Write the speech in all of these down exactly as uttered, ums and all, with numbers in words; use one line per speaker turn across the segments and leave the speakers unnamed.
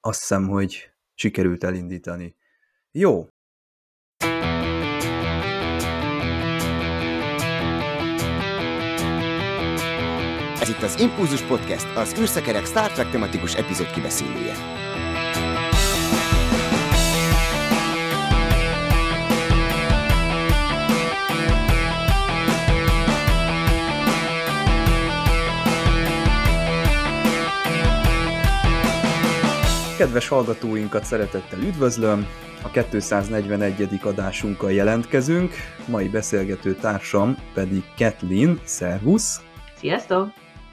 Azt hiszem, hogy sikerült elindítani. Jó.
Ez itt az Impulzus Podcast, az űrszekerek Star Trek tematikus epizód kibeszélője.
Kedves hallgatóinkat szeretettel üdvözlöm, a kétszáznegyvenegyedik adásunkkal jelentkezünk, mai beszélgető társam pedig Kathleen, szervusz!
Sziasztok!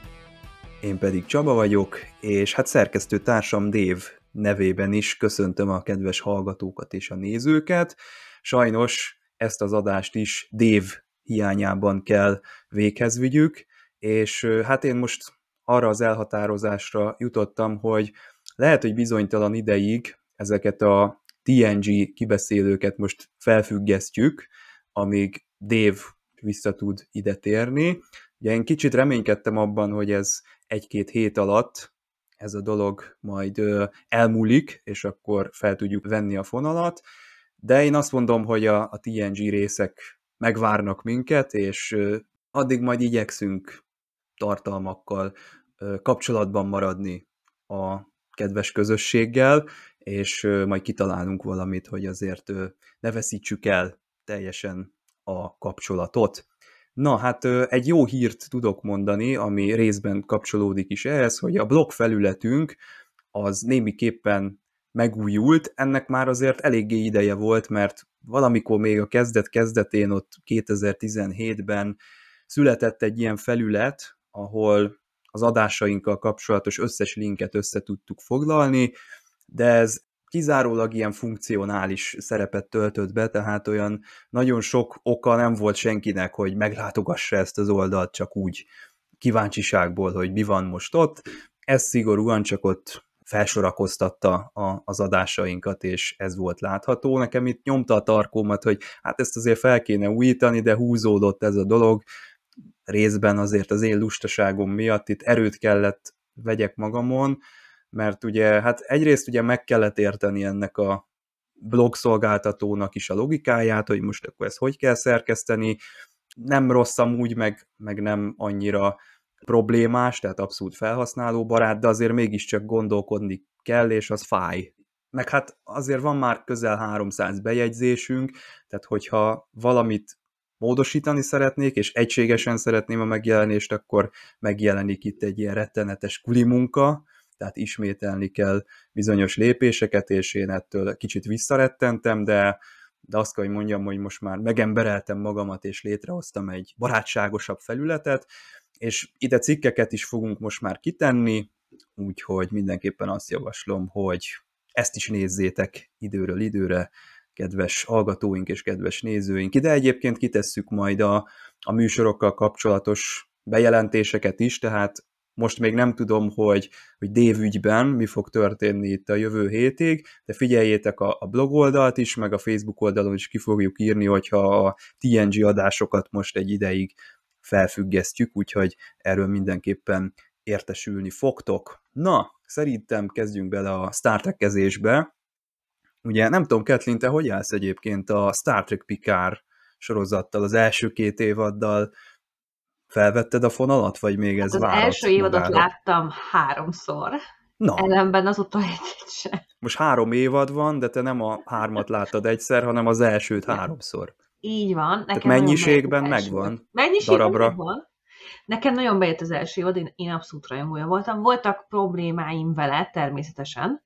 Én pedig Csaba vagyok, és hát szerkesztő társam Dave nevében is köszöntöm a kedves hallgatókat és a nézőket. Sajnos ezt az adást is Dave hiányában kell véghez vigyük, és hát én most arra az elhatározásra jutottam, hogy lehet, hogy bizonytalan ideig ezeket a té en gé kibeszélőket most felfüggesztjük, amíg Dave vissza tud ide térni. Ugye én kicsit reménykedtem abban, hogy ez egy-két hét alatt ez a dolog majd elmúlik, és akkor fel tudjuk venni a fonalat, de én azt mondom, hogy a, a té en gé részek megvárnak minket, és addig majd igyekszünk tartalmakkal kapcsolatban maradni a kedves közösséggel, és majd kitalálunk valamit, hogy azért ne veszítsük el teljesen a kapcsolatot. Na, hát egy jó hírt tudok mondani, ami részben kapcsolódik is ehhez, hogy a blog felületünk az némiképpen megújult, ennek már azért eléggé ideje volt, mert valamikor még a kezdet-kezdetén, ott kétezer-tizenhétben született egy ilyen felület, ahol az adásainkkal kapcsolatos összes linket össze tudtuk foglalni, de ez kizárólag ilyen funkcionális szerepet töltött be, tehát olyan nagyon sok oka nem volt senkinek, hogy meglátogassa ezt az oldalt csak úgy kíváncsiságból, hogy mi van most ott. Ez szigorúan csak ott felsorakoztatta a, az adásainkat, és ez volt látható. Nekem itt nyomta a tarkómat, hogy hát ezt azért fel kéne újítani, de húzódott ez a dolog, részben azért az én lustaságom miatt itt erőt kellett vegyek magamon, mert ugye, hát egyrészt ugye meg kellett érteni ennek a blogszolgáltatónak is a logikáját, hogy most akkor ezt hogy kell szerkeszteni, nem rossz amúgy, meg, meg nem annyira problémás, tehát abszolút felhasználóbarát, de azért mégiscsak gondolkodni kell, és az fáj. Meg hát azért van már közel háromszáz bejegyzésünk, tehát hogyha valamit módosítani szeretnék, és egységesen szeretném a megjelenést, akkor megjelenik itt egy ilyen rettenetes kulimunka, tehát ismételni kell bizonyos lépéseket, és én ettől kicsit visszarettentem, de, de azt kell, hogy mondjam, hogy most már megembereltem magamat, és létrehoztam egy barátságosabb felületet, és ide cikkeket is fogunk most már kitenni, úgyhogy mindenképpen azt javaslom, hogy ezt is nézzétek időről időre, kedves hallgatóink és kedves nézőink. Ide egyébként kitesszük majd a, a műsorokkal kapcsolatos bejelentéseket is, tehát most még nem tudom, hogy, hogy Dave ügyben mi fog történni itt a jövő hétig, de figyeljétek a, a blog oldalt is, meg a Facebook oldalon is ki fogjuk írni, hogyha a té en gé adásokat most egy ideig felfüggesztjük, úgyhogy erről mindenképpen értesülni fogtok. Na, szerintem kezdjünk bele a Star Trek-kezésbe. Ugye nem tudom, Kathleen, te hogy állsz egyébként a Star Trek Picard sorozattal, az első két évaddal? Felvetted a fonalat, vagy még ez
hát az
várat
első évadot
magára?
Láttam háromszor,
Na.
ellenben azóta egyet sem.
Most három évad van, de te nem a hármat láttad egyszer, hanem az elsőt háromszor.
Így van. Nekem
Tehát mennyiségben megvan?
Mennyiségben
darabra.
megvan. Nekem nagyon bejött az első évad, én, én abszolút rajongója voltam. Voltak problémáim vele, természetesen,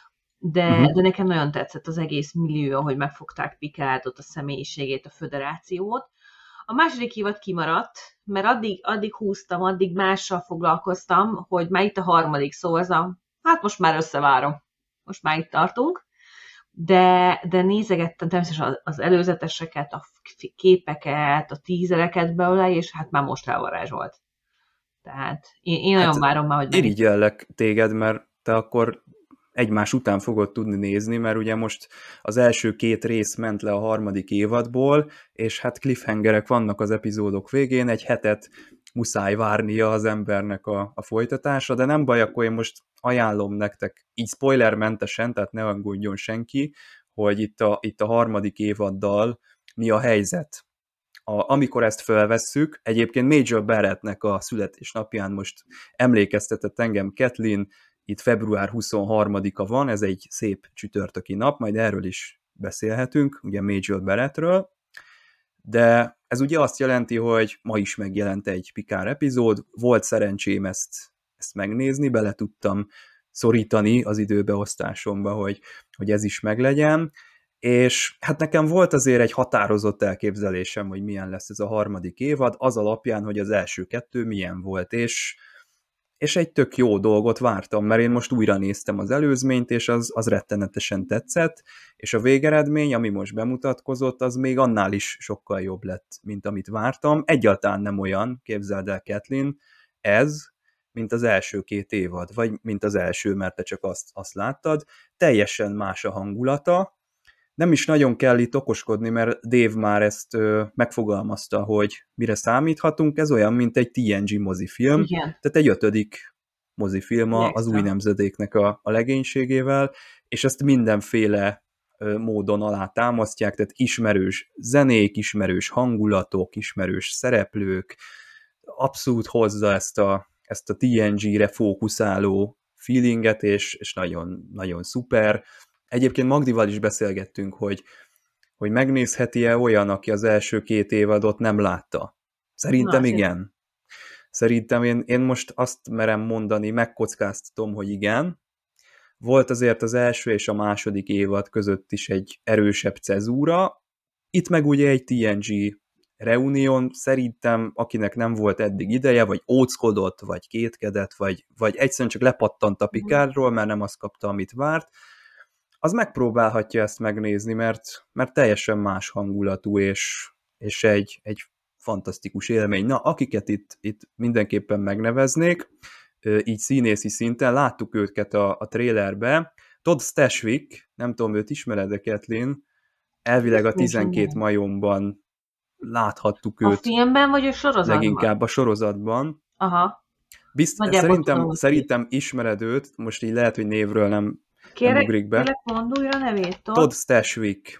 de, uh-huh. de nekem nagyon tetszett az egész millió, ahogy megfogták Picardot, a személyiségét, a föderációt. A második évad kimaradt, mert addig, addig húztam, addig mással foglalkoztam, hogy már itt a harmadik, szóval az a, hát most már összevárom. Most már itt tartunk. De, de nézegettem természetesen az előzeteseket, a képeket, a tízereket belőle, és hát már most elvarázsolt. Tehát én, én nagyon hát várom már, hogy...
Irigyellek téged, mert te akkor egymás után fogod tudni nézni, mert ugye most az első két rész ment le a harmadik évadból, és hát cliffhangerek vannak az epizódok végén, egy hetet muszáj várnia az embernek a, a folytatásra, de nem baj, akkor én most ajánlom nektek így spoilermentesen, tehát ne aggódjon senki, hogy itt a, itt a harmadik évaddal mi a helyzet. A, amikor ezt felvesszük, egyébként Major Barrettnek a születésnapján most emlékeztetett engem Kathleen, itt február huszonharmadika van, ez egy szép csütörtöki nap, majd erről is beszélhetünk, ugye Major Barrettről, de ez ugye azt jelenti, hogy ma is megjelent egy Picard epizód, volt szerencsém ezt, ezt megnézni, bele tudtam szorítani az időbeosztásomba, hogy, hogy ez is meglegyen, és hát nekem volt azért egy határozott elképzelésem, hogy milyen lesz ez a harmadik évad, az alapján, hogy az első kettő milyen volt, és, és egy tök jó dolgot vártam, mert én most újra néztem az előzményt, és az, az rettenetesen tetszett, és a végeredmény, ami most bemutatkozott, az még annál is sokkal jobb lett, mint amit vártam. Egyáltalán nem olyan, képzeld el Kathleen, ez, mint az első két évad, vagy mint az első, mert te csak azt, azt láttad, teljesen más a hangulata. Nem is nagyon kell itt okoskodni, mert Dave már ezt ö, megfogalmazta, hogy mire számíthatunk, ez olyan, mint egy té en gé mozifilm,
Igen.
tehát egy ötödik mozifilm
Extra.
az új nemzedéknek a, a legénységével, és ezt mindenféle ö, módon alá támasztják, tehát ismerős zenék, ismerős hangulatok, ismerős szereplők, abszolút hozza ezt a, ezt a té en gére fókuszáló feelinget, és, és nagyon, nagyon szuper. Egyébként Magdival is beszélgettünk, hogy, hogy megnézheti-e olyan, aki az első két évadot nem látta. Szerintem
Na,
igen. Szerintem én, én most azt merem mondani, megkockáztatom, hogy igen. Volt azért az első és a második évad között is egy erősebb cezúra. Itt meg ugye egy té en gé reunión, szerintem akinek nem volt eddig ideje, vagy óckodott, vagy kétkedett, vagy, vagy egyszerűen csak lepattant a Picardról, mert nem azt kapta, amit várt, az megpróbálhatja ezt megnézni, mert, mert teljesen más hangulatú, és, és egy, egy fantasztikus élmény. Na, akiket itt, itt mindenképpen megneveznék, így színészi szinten, láttuk őket a, a trailerbe. Todd Stashwick, nem tudom, őt ismered-e, Kathleen? Elvileg a tizenkét majomban láthattuk őt.
A filmben vagy a sorozatban?
Leginkább a sorozatban.
Aha.
Bizt, szerintem, tudom, szerintem ismered őt, most így lehet, hogy névről nem, nem ugrik be.
Kérlek, mondd újra nevét, Todd?
Todd Stashwick.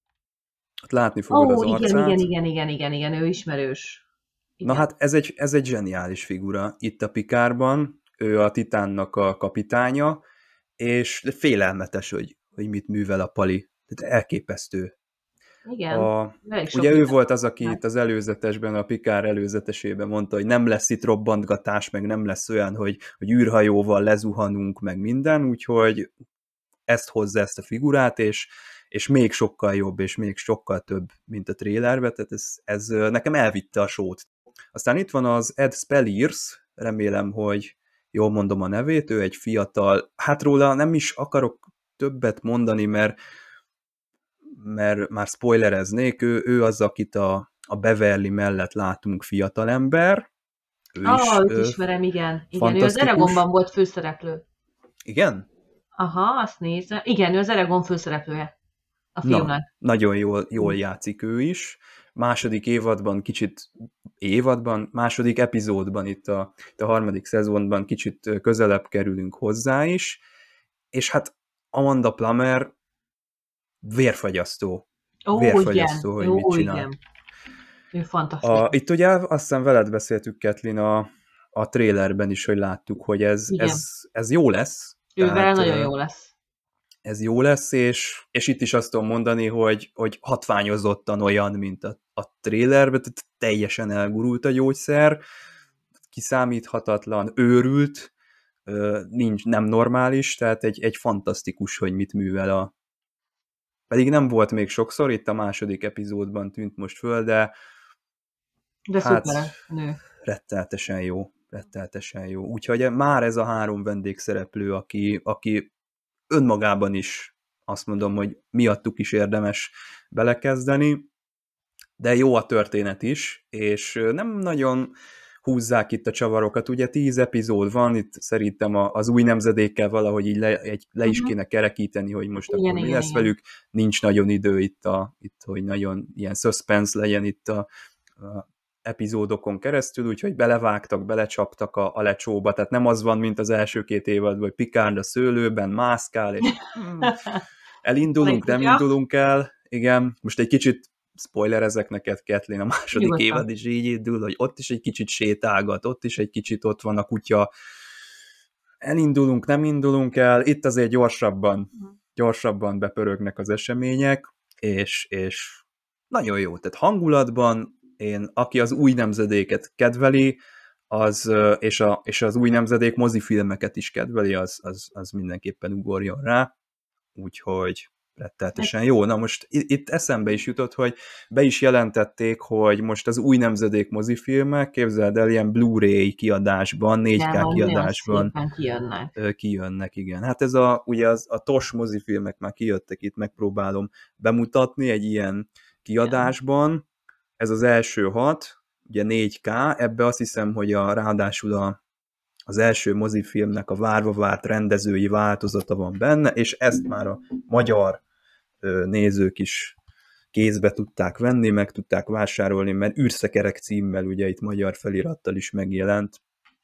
Látni fogod
Ó,
az arcát.
igen, igen, igen, igen, igen, ő ismerős.
Igen. Na hát ez egy, ez egy zseniális figura itt a Picardban, ő a Titánnak a kapitánya, és félelmetes, hogy, hogy mit művel a Pali. Tehát elképesztő.
Igen.
A, ugye ő volt az, aki itt az előzetesben, a Picard előzetesében mondta, hogy nem lesz itt robbantgatás, meg nem lesz olyan, hogy, hogy űrhajóval lezuhanunk, meg minden, úgyhogy ezt hozza ezt a figurát, és, és még sokkal jobb, és még sokkal több, mint a trailerbe, tehát ez, ez nekem elvitte a sót. Aztán itt van az Ed Spelliers, remélem, hogy jól mondom a nevét, ő egy fiatal, hát róla nem is akarok többet mondani, mert mert már spoilereznék, ő, ő az, akit a, a Beverly mellett látunk fiatalember. Ő
ah,
is,
őt ismerem, igen. Igen, ő az Eragonban volt főszereplő.
Igen?
Aha, azt nézem. Igen, ő az Eragon főszereplője a filmnek.
Na, nagyon jól, jól játszik ő is. Második évadban kicsit, évadban, második epizódban, itt a, itt a harmadik szezonban kicsit közelebb kerülünk hozzá is, és hát Amanda Plummer vérfagyasztó.
Ó,
vérfagyasztó,
igen.
hogy mit
Ó,
csinál.
igen. Ő fantasztikus.
A, itt ugye azt hiszem veled beszéltük, Kathleen, a, a trailerben is, hogy láttuk, hogy ez, ez, ez jó lesz.
Ővel tehát, nagyon jó lesz.
Ez jó lesz, és, és itt is azt tudom mondani, hogy, hogy hatványozottan olyan, mint a, a trailerben, tehát teljesen elgurult a gyógyszer, kiszámíthatatlan, őrült, nincs, nem normális, tehát egy, egy fantasztikus, hogy mit művel a pedig nem volt még sokszor, itt a második epizódban tűnt most föl, de
de
hát
szuper, nő.
retteltesen jó, retteltesen jó. Úgyhogy már ez a három vendégszereplő, aki, aki önmagában is azt mondom, hogy miattuk is érdemes belekezdeni, de jó a történet is, és nem nagyon húzzák itt a csavarokat. Ugye tíz epizód van, itt szerintem az új nemzedékkel valahogy így le, egy, le is kéne kerekíteni, hogy most igen, akkor mi igen, lesz igen. velük. Nincs nagyon idő itt, a, itt, hogy nagyon ilyen suspense legyen itt a, a epizódokon keresztül, úgyhogy belevágtak, belecsaptak a, a lecsóba, tehát nem az van, mint az első két évadban, hogy Picard a szőlőben mászkál, és hmm, elindulunk, nem indulunk el, igen, most egy kicsit spoilerezek neked, Kathleen, a második Nyugodtan. évad is így indul, hogy ott is egy kicsit sétálgat, ott is egy kicsit ott van a kutya, elindulunk, nem indulunk el, itt azért gyorsabban, gyorsabban bepörögnek az események, és, és nagyon jó, tehát hangulatban én, aki az új nemzedéket kedveli, az, és, a, és az új nemzedék mozifilmeket is kedveli, az, az, az mindenképpen ugorjon rá, úgyhogy rettenetesen jó. Na most itt eszembe is jutott, hogy be is jelentették, hogy most az új nemzedék mozifilmek, képzeld el, ilyen Blu-ray kiadásban, négy ká ja, kiadásban
kijönnek.
kijönnek, igen. Hát ez a, ugye az, a tos mozifilmek már kijöttek, itt megpróbálom bemutatni egy ilyen kiadásban. Igen. Ez az első hat, ugye négy ká, ebbe azt hiszem, hogy a, ráadásul a az első mozifilmnek a várva várt rendezői változata van benne, és ezt már a magyar ö, nézők is kézbe tudták venni, meg tudták vásárolni, mert űrszekerek címmel ugye itt magyar felirattal is megjelent,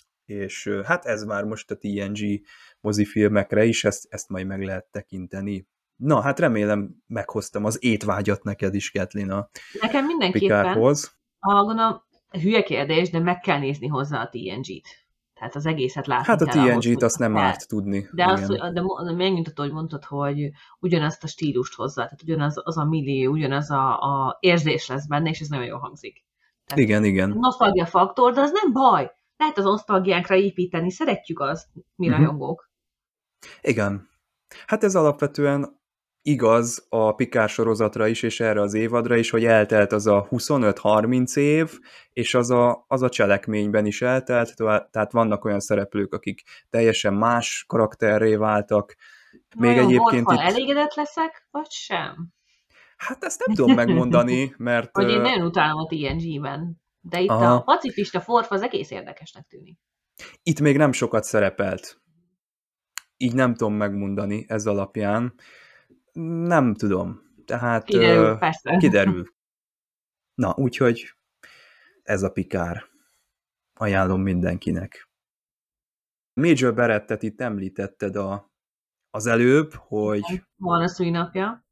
és ö, hát ez már most a té en gé mozifilmekre is, ezt, ezt majd meg lehet tekinteni. Na, hát remélem meghoztam az étvágyat neked is, Kathleen, a
Nekem mindenképpen, gondolom, hülye kérdés, de meg kell nézni hozzá a té en gét. Tehát az egészet látni
Hát a
té en
gét azt nem árt tudni.
De azt, de, de megnyugtató, hogy mondtad, hogy ugyanazt a stílust hozzá, tehát ugyanaz az a millió, ugyanaz a, a érzés lesz benne, és ez nagyon jól hangzik. Tehát
igen, igen.
Nosztalgia faktor, de az nem baj. Lehet az nosztalgiánkra építeni, szeretjük azt, mi uh-huh. rajongók.
Igen. Hát ez alapvetően igaz a Picard sorozatra is, és erre az évadra is, hogy eltelt az a huszonöt-harminc év, és az a, az a cselekményben is eltelt, tehát vannak olyan szereplők, akik teljesen más karakterré váltak.
Még nagyon egyébként itt... elégedett leszek, vagy sem?
Hát ezt nem tudom megmondani, mert...
Hogy én nagyon utálom a té en gében, de itt aha. a pacifista forfa az egész érdekesnek tűnik.
Itt még nem sokat szerepelt. Így nem tudom megmondani ez alapján. Nem tudom. Tehát
kiderül, uh, persze.
Kiderül. Na, úgyhogy ez a Picard. Ajánlom mindenkinek. Major Barrettet itt említetted a, az előbb, hogy...
Van a szülinapja.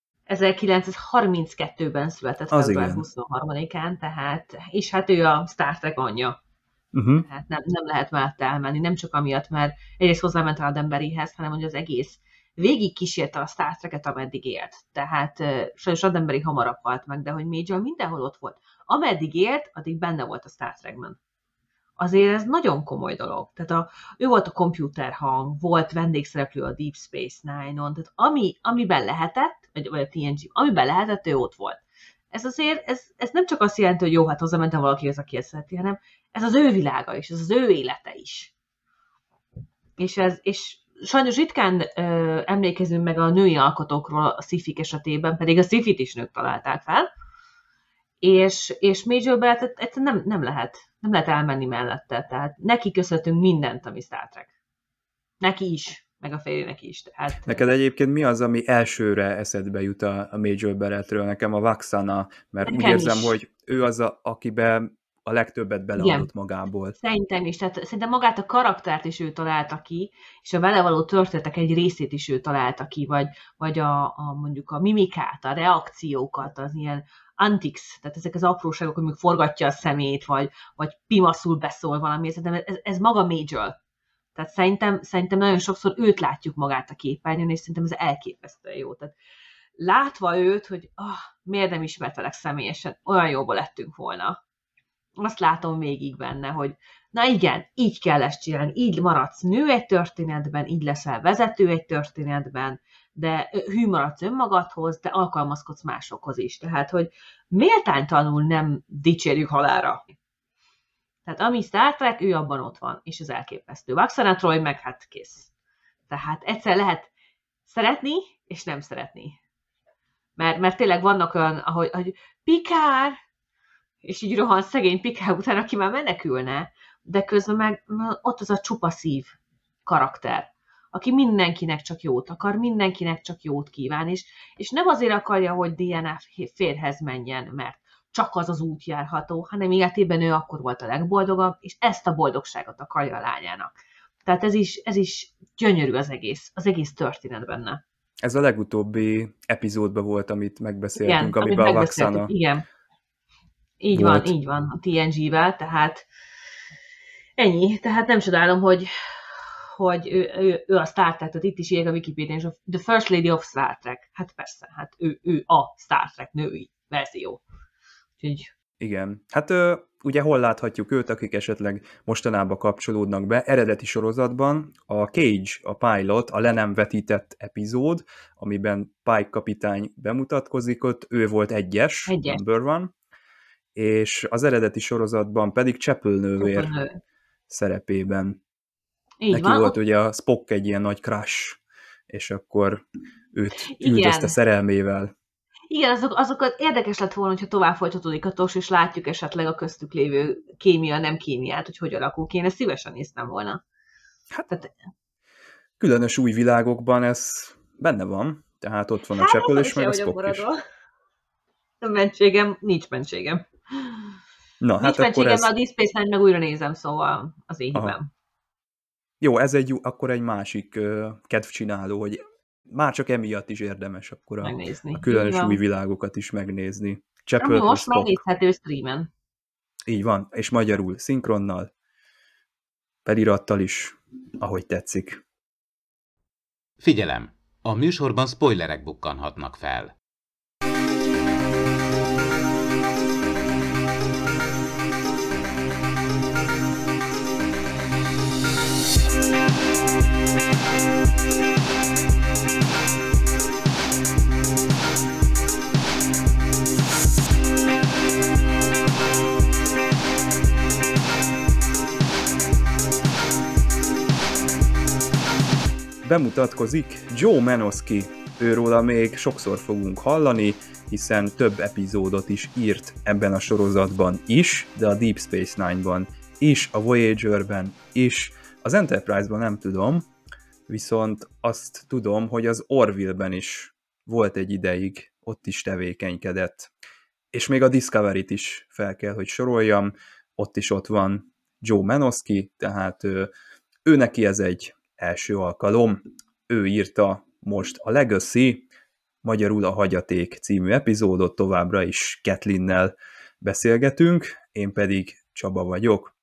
ezerkilencszázharminckettőben született február huszonharmadikán, tehát, és hát ő a Star Trek anyja. Uh-huh. Tehát nem, nem lehet mellette elmenni, nem csak amiatt, mert egyrészt hozzáment a Roddenberryhez, hanem hogy az egész végig kísérte a Star Trek-et, ameddig élt. Tehát uh, sajnos Roddenberry hamarabb halt meg, de hogy Major mindenhol ott volt. Ameddig élt, addig benne volt a Star Trekben. Azért ez nagyon komoly dolog. Tehát a, ő volt a komputerhang, volt vendégszereplő a Deep Space Nine-on, tehát ami, amiben lehetett, vagy, vagy a té en gé, amiben lehetett, ő ott volt. Ez azért, ez, ez nem csak azt jelenti, hogy jó, hát hozzamentem valakihez, aki ezt szereti, hanem ez az ő világa is, ez az ő élete is. És, ez, és sajnos ritkán ö, emlékezünk meg a női alkotókról a sci-fik esetében, pedig a sci-fit is nők találták fel, és, és Major Barrettet egyszerűen nem, nem lehet, nem lehet elmenni mellette, tehát neki köszönhetünk mindent, ami Star Trek. Neki is, meg a férjének is. Tehát...
Neked egyébként mi az, ami elsőre eszedbe jut a Major Barrettről? Nekem a Vaxana, mert nekem úgy érzem, is. Hogy ő az, a, akiben a legtöbbet beleadott igen. magából.
Szerintem is, tehát szerintem magát a karaktert is ő találta ki, és a vele való történetek egy részét is ő találta ki, vagy, vagy a, a, mondjuk a mimikát, a reakciókat, az ilyen antics, tehát ezek az apróságok, hogy még forgatja a szemét, vagy, vagy pimaszul beszól valami, szerintem ez, ez maga Major. Tehát szerintem, szerintem nagyon sokszor őt látjuk magát a képernyőn, és szerintem ez elképesztően jó. Tehát látva őt, hogy ah, miért nem ismertelek személyesen, olyan jóba lettünk volna. Azt látom végig benne, hogy na igen, így kell ezt csinálni, így maradsz nő egy történetben, így leszel vezető egy történetben, de hű maradsz önmagadhoz, de alkalmazkodsz másokhoz is. Tehát, hogy méltánytalanul nem dicsérjük halálra. Tehát ami Star Trek, ő abban ott van, és az elképesztő. Vaxana Troi meg hát kész. Tehát egyszer lehet szeretni, és nem szeretni. Mert, mert tényleg vannak olyan, ahogy, ahogy Picard, és így rohan szegény Picard után, aki már menekülne, de közben meg ott az a csupa szív karakter, aki mindenkinek csak jót akar, mindenkinek csak jót kíván, és, és nem azért akarja, hogy dé en á férhez menjen, mert csak az az út járható, hanem életében ő akkor volt a legboldogabb, és ezt a boldogságot akarja a lányának. Tehát ez is, ez is gyönyörű az egész, az egész történet benne.
Ez a legutóbbi epizódban volt, amit megbeszéltünk,
Igen,
amiben
amit
a Vaxana
igen. Így
volt.
van, így van, a té en gé-vel, tehát ennyi. Tehát nem csodálom, hogy, hogy ő, ő, ő a Star Trek, tehát itt is ír a Wikipédián, The First Lady of Star Trek. Hát persze, hát ő, ő a Star Trek női verzió. Úgyhogy...
Igen. Hát ö, ugye hol láthatjuk őt, akik esetleg mostanában kapcsolódnak be. Eredeti sorozatban a Cage, a pilot, a le nem vetített epizód, amiben Pike kapitány bemutatkozik, ott ő volt egyes,
Egyes.
number one, és az eredeti sorozatban pedig Chapel nővér
Csöpölnő.
szerepében.
Így
Neki
van.
volt
Ott,
ugye a Spock egy ilyen nagy crush, és akkor őt
Igen.
üldözte szerelmével.
igen, azok, azokat érdekes lett volna, hogyha tovább folytatódik a tos, és látjuk esetleg a köztük lévő kémia, nem kémiát, hogy hogy alakul ki. Én ezt szívesen néztem volna.
Hát,
Tehát,
különös új világokban ez benne van, tehát ott van a
hát,
Chapel
az
is, meg a
vagyok
Spock is.
maradva. A mentségem, nincs mentségem.
Na,
Nincs
hát akkor
mentségem,
ez...
mert a Deep Space Nine meg újra nézem, szóval az én
Aha.
hibám.
Jó, ez egy, akkor egy másik uh, kedvcsináló, hogy már csak emiatt is érdemes akkor a,
Megnézni.
a különös
Így van.
új világokat is megnézni.
Ami
Chapel plusz
most már
Spock.
nézhető streamen.
Így van, és magyarul, szinkronnal, felirattal is, ahogy tetszik.
Figyelem! A műsorban spoilerek bukkanhatnak fel.
Bemutatkozik Joe Menosky, őróla még sokszor fogunk hallani, hiszen több epizódot is írt ebben a sorozatban is, de a Deep Space Nine-ban is, a Voyager-ben is, az Enterprise-ban nem tudom, viszont azt tudom, hogy az Orville-ben is volt egy ideig, ott is tevékenykedett. És még a Discovery-t is fel kell, hogy soroljam, ott is ott van Joe Menosky, tehát ő, ő neki ez egy első alkalom. Ő írta most a Legacy, magyarul a Hagyaték című epizódot, továbbra is Kathlyn-nel beszélgetünk, én pedig Csaba vagyok.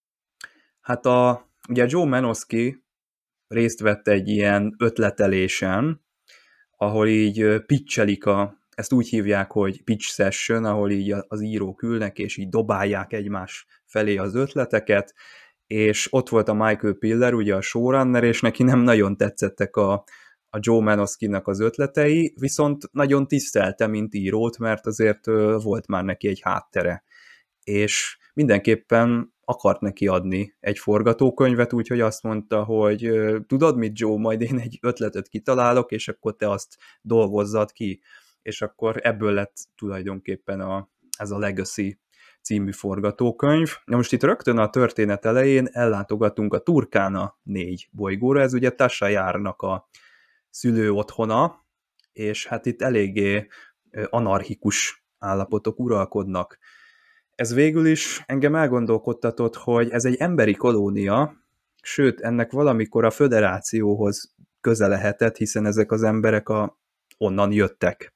Hát a, ugye Joe Menosky részt vett egy ilyen ötletelésen, ahol így pitchelik a, ezt úgy hívják, hogy pitch session, ahol így az írók ülnek, és így dobálják egymás felé az ötleteket, és ott volt a Michael Piller, ugye a showrunner, és neki nem nagyon tetszettek a, a Joe Menosky-nak az ötletei, viszont nagyon tisztelte, mint írót, mert azért volt már neki egy háttere. És mindenképpen akart neki adni egy forgatókönyvet, úgyhogy azt mondta, hogy tudod mit, Joe, majd én egy ötletet kitalálok, és akkor te azt dolgozzad ki. És akkor ebből lett tulajdonképpen a, ez a Legacy című forgatókönyv. Na most itt rögtön a történet elején ellátogatunk a Turkana négy bolygóra, ez ugye Tasha Yarnak a szülő otthona, és hát itt eléggé anarchikus állapotok uralkodnak. Ez végül is engem elgondolkodtatott, hogy ez egy emberi kolónia, sőt, ennek valamikor a föderációhoz köze lehetett, hiszen ezek az emberek a, onnan jöttek.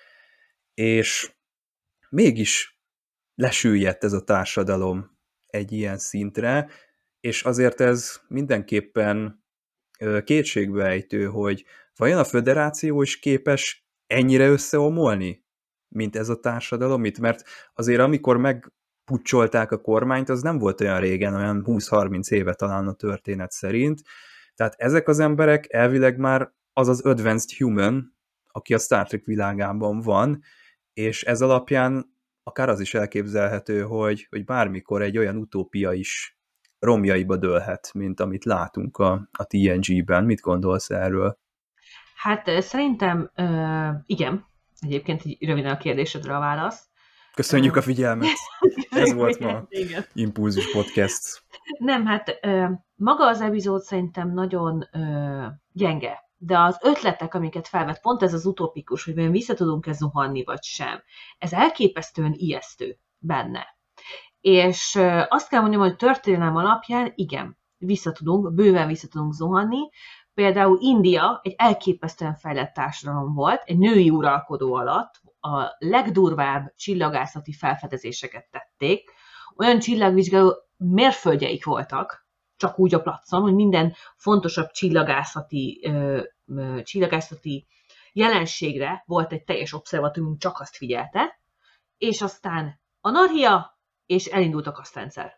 És mégis lesüllyedt ez a társadalom egy ilyen szintre, és azért ez mindenképpen kétségbeejtő, hogy vajon a föderáció is képes ennyire összeomolni, mint ez a társadalom itt, mert azért amikor megpucsolták a kormányt, az nem volt olyan régen, olyan húsz-harminc éve talán a történet szerint, tehát ezek az emberek elvileg már az az advanced human, aki a Star Trek világában van, és ez alapján akár az is elképzelhető, hogy, hogy bármikor egy olyan utópia is romjaiba dőlhet, mint amit látunk a, a té en gé-ben. Mit gondolsz erről?
Hát szerintem uh, igen. Egyébként így röviden a kérdésedre a válasz.
Köszönjük
uh,
a figyelmet! Ez volt ma
igen.
Impulzus Podcast.
Nem, hát uh, maga az epizód szerintem nagyon uh, gyenge. de az ötletek, amiket felvet, pont ez az utopikus, hogy vajon vissza tudunk-e zuhanni, vagy sem, ez elképesztően ijesztő benne. És azt kell mondjam, hogy történelem alapján igen, vissza tudunk, bőven vissza tudunk zuhanni. Például India egy elképesztően fejlett társadalom volt, egy női uralkodó alatt a legdurvább csillagászati felfedezéseket tették, olyan csillagvizsgáló mérföldjeik voltak, csak úgy a placon, hogy minden fontosabb csillagászati, ö, ö, csillagászati jelenségre volt egy teljes obszervatórium, csak azt figyelte, és aztán anarchia, és elindult a kasztrendszer.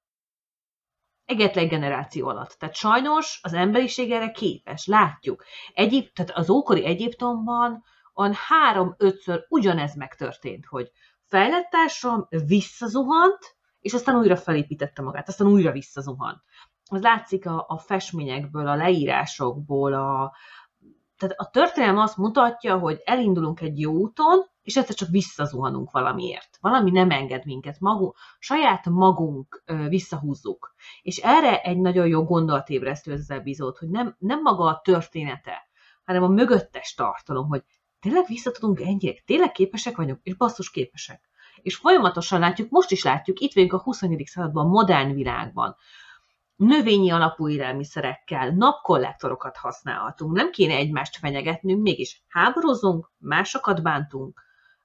Egyetlen generáció alatt. Tehát sajnos az emberiség erre képes, látjuk. Egyéb, tehát az ókori Egyiptomban olyan három-ötször ugyanez megtörtént, hogy fejlett társadalom visszazuhant, és aztán újra felépítette magát, aztán újra visszazuhant. Az látszik a, a festményekből, a leírásokból, a, tehát a történelem azt mutatja, hogy elindulunk egy jó úton, és egyszer csak visszazuhanunk valamiért. Valami nem enged minket, magunk, saját magunk ö, visszahúzzuk. És erre egy nagyon jó gondolatébresztő ez az epizód, hogy nem, nem maga a története, hanem a mögöttes tartalom, hogy tényleg vissza tudunk ennyire, tényleg képesek vagyunk, és basszus képesek. És folyamatosan látjuk, most is látjuk, itt vagyunk a huszonegyedik században, a modern világban, növényi alapú élelmiszerekkel, napkollektorokat használhatunk, nem kéne egymást fenyegetnünk, mégis háborúzunk, másokat bántunk,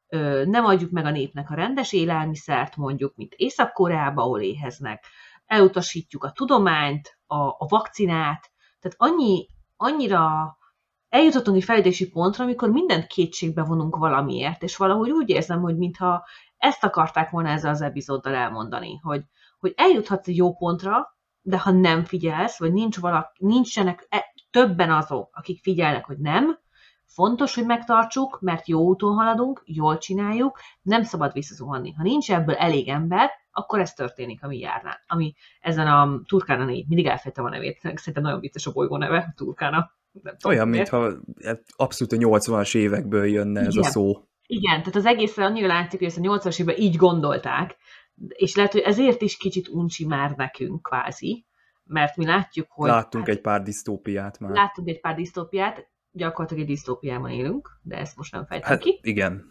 nem adjuk meg a népnek a rendes élelmiszert, mondjuk, mint Észak-Koreába, ahol éheznek, elutasítjuk a tudományt, a, a vakcinát, tehát annyi, annyira eljutottunk egy fejlődési pontra, amikor mindent kétségbe vonunk valamiért, és valahogy úgy érzem, hogy mintha ezt akarták volna ezzel az epizóddal elmondani, hogy, hogy eljuthatsz egy jó pontra, de ha nem figyelsz, vagy nincs valaki, nincsenek többen azok, akik figyelnek, hogy nem, fontos, hogy megtartsuk, mert jó úton haladunk, jól csináljuk, nem szabad visszazuhanni. Ha nincs ebből elég ember, akkor ez történik, ami járnál. Ami ezen a Turkána négy, mindig elfejtem a nevét, szerintem nagyon vicces a bolygó neve, Turkána.
Olyan, mintha abszolút a nyolcvanas évekből jönne ez
Igen.
a szó.
Igen, tehát az egészre annyira látszik, hogy ezt a nyolcvanas évben így gondolták, és lehet, hogy ezért is kicsit uncsi már nekünk kvázi, mert mi látjuk, hogy...
Láttunk hát, egy pár disztópiát már.
Láttunk egy pár disztópiát, gyakorlatilag egy disztópiában élünk, de ezt most nem fejtem
hát,
ki.
Igen.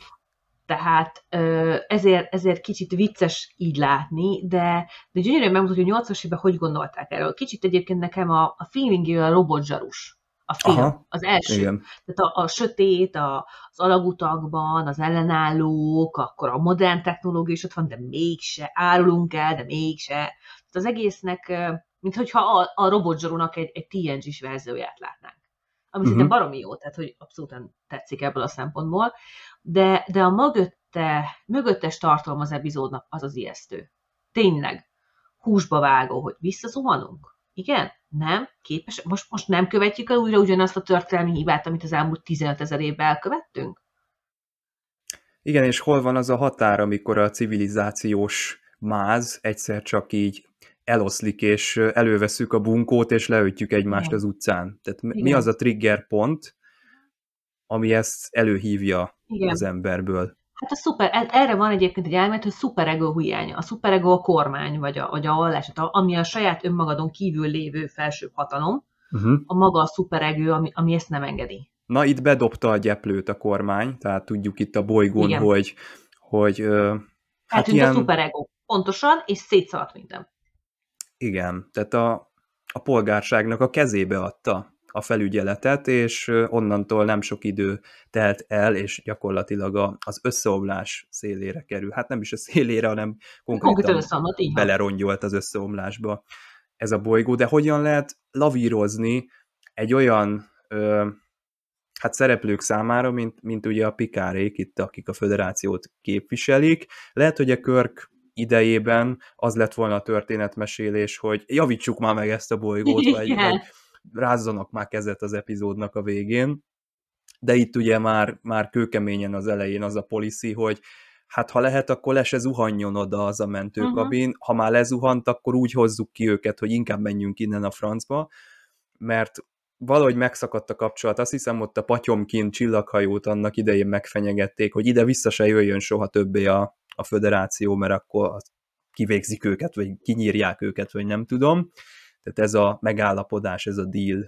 Tehát ezért, ezért kicsit vicces így látni, de, de gyönyörűen megmutatja, hogy nyolcvanas évben hogy gondolták erről. Kicsit egyébként nekem a, a feelingjével a robotzsarus. A film, Aha, az első. Igen. Tehát a, a sötét, a, az alagutakban, az ellenállók, akkor a modern technológia is ott van, de mégse, árulunk el, de mégse. Tehát az egésznek, minthogyha a, a robotzsarúnak egy, egy té en gés verzióját látnánk. Ami uh-huh. szinte baromi jó, tehát hogy abszolút tetszik ebből a szempontból. De, de a mögötte, mögöttes tartalom az epizódnak az az ijesztő. Tényleg, húsba vágó, hogy visszazuhanunk. Igen? Nem? Képes? Most, most nem követjük el újra ugyanazt a történelmi hibát, amit az elmúlt tizenötezer évben elkövettünk?
Igen, és hol van az a határ, amikor a civilizációs máz egyszer csak így eloszlik, és előveszük a bunkót, és leötjük egymást Igen. az utcán. Tehát Igen. mi az a trigger pont, ami ezt előhívja Igen. az emberből?
Hát a szuper, erre van egyébként egy elmélet, hogy szuperego hiánya. A szuperego a kormány, vagy a, vagy a vallás, ami a saját önmagadon kívül lévő felsőbb hatalom, uh-huh. a maga a szuperego, ami, ami ezt nem engedi.
Na, itt bedobta a gyeplőt a kormány, tehát tudjuk itt a bolygón, Igen. hogy, hogy uh,
hát ilyen... a szuperego. Pontosan, és szétszaladt minden.
Igen, tehát a, a polgárságnak a kezébe adta a felügyeletet, és onnantól nem sok idő telt el, és gyakorlatilag a, az összeomlás szélére kerül. Hát nem is a szélére, hanem konkrétan
összeomlott,
belerongyolt az összeomlásba ez a bolygó. De hogyan lehet lavírozni egy olyan ö, hát szereplők számára, mint, mint ugye a Picardék itt, akik a föderációt képviselik. Lehet, hogy a Kirk idejében az lett volna a történetmesélés, hogy javítsuk már meg ezt a bolygót, vagy, vagy rázzanak már kezet az epizódnak a végén, de itt ugye már, már kőkeményen az elején az a policy, hogy hát ha lehet, akkor le se zuhanjon oda az a mentőkabin, uh-huh. ha már lezuhant, akkor úgy hozzuk ki őket, hogy inkább menjünk innen a francba, mert valahogy megszakadt a kapcsolat, azt hiszem ott a Patyomkin csillaghajót annak idején megfenyegették, hogy ide vissza se jöjjön soha többé a, a föderáció, mert akkor kivégzik őket, vagy kinyírják őket, vagy nem tudom. Tehát ez a megállapodás, ez a deal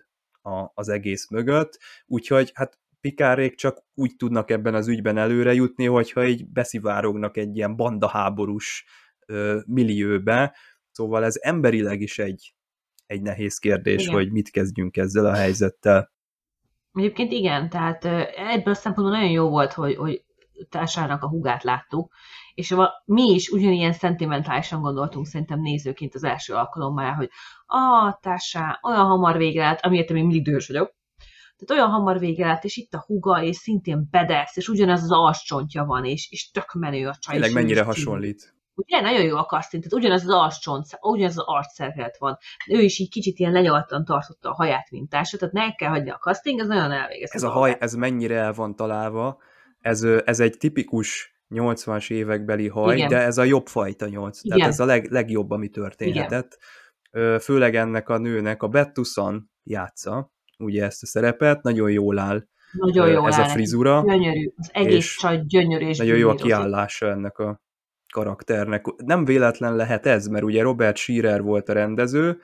a, az egész mögött, úgyhogy hát Picardék csak úgy tudnak ebben az ügyben előre jutni, hogyha így beszivárognak egy ilyen bandaháborús ö, millióbe, szóval ez emberileg is egy, egy nehéz kérdés, igen. hogy mit kezdjünk ezzel a helyzettel.
Egyébként igen, tehát ebből a szempontból nagyon jó volt, hogy, hogy társának a húgát láttuk, és mi is ugyanilyen szentimentálisan gondoltunk szerintem nézőként az első alkalommal, hogy a társá olyan hamar vége lett, amiért én még mindig dühös vagyok, tehát olyan hamar vége lett, és itt a húga, és szintén bedesz, és ugyanaz az arccsontja van, és, és tök menő a csaj.
Tényleg mennyire hasonlít.
Ugye, nagyon jó a casting, tehát ugyanaz az arccsont, ugyanaz az arcszerkelet van. Ő is így kicsit ilyen lenyaltan tartotta a haját, mint társa, tehát ne kell hagyni a casting, ez nagyon elvégez.
Ez a haj, ez mennyire el van találva, ez, ez egy tipikus nyolcvanas évekbeli haj, igen. de ez a jobb fajta nyolc, igen. tehát ez a leg, legjobb, ami történhetett. Igen. Főleg ennek a nőnek, a Beth Toussaint játsza, ugye ezt a szerepet, nagyon jól áll
nagyon jól
ez
áll,
a frizura.
Gyönyörű, az egész csaj gyönyörű és
nagyon jó a kiállása ennek a karakternek. Nem véletlen lehet ez, mert ugye Robert Scheerer volt a rendező,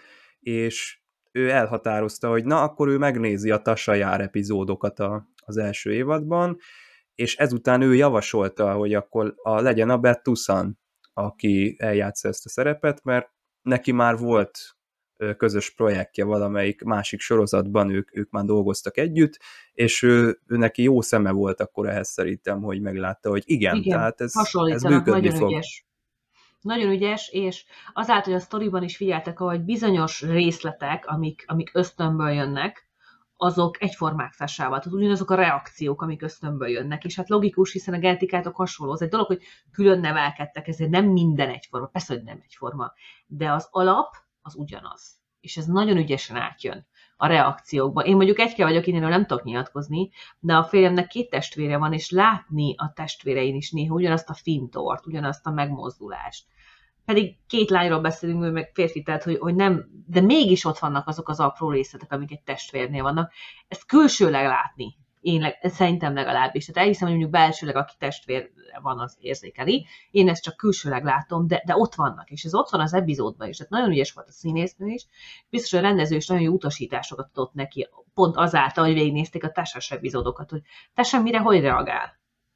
és ő elhatározta, hogy na, akkor ő megnézi a Tasha Yar epizódokat a, az első évadban, és ezután ő javasolta, hogy akkor a, legyen a Beth Toussaint, aki eljátsza ezt a szerepet, mert neki már volt közös projektje valamelyik másik sorozatban, ők, ők már dolgoztak együtt, és ő, ő neki jó szeme volt akkor ehhez szerintem, hogy meglátta, hogy igen, igen tehát ez, ez működni
nagyon
fog.
Ügyes. Nagyon ügyes, és azáltal, hogy a sztoriban is figyeltek, hogy bizonyos részletek, amik, amik ösztönből jönnek, azok egyformák Sashával, tehát ugyanazok a reakciók, amik ösztönből jönnek, és hát logikus, hiszen a genetikátok hasonló. Az egy dolog, hogy külön nevelkedtek, ezért nem minden egyforma, persze, hogy nem egyforma, de az alap az ugyanaz. És ez nagyon ügyesen átjön a reakciókban. Én mondjuk egyke vagyok, innenről nem tudok nyilatkozni, de a férjemnek két testvére van, és látni a testvérein is néha ugyanazt a fintort, ugyanazt a megmozdulást. Pedig két lányról beszélünk, meg férfi, tehát, hogy, hogy nem, de mégis ott vannak azok az apró részletek, amik egy testvérnél vannak. Ezt külsőleg látni, én leg, szerintem legalábbis. Tehát elhiszem, hogy mondjuk belsőleg, aki testvér van, az érzékeli. Én ezt csak külsőleg látom, de, de ott vannak, és ez ott van az epizódban is. Tehát nagyon ügyes volt a színésznő is. Biztos, hogy a rendező is nagyon jó utasításokat adott neki, pont azáltal, hogy végignézték a Tasha epizódokat, hogy Tasha mire, hogy reagál.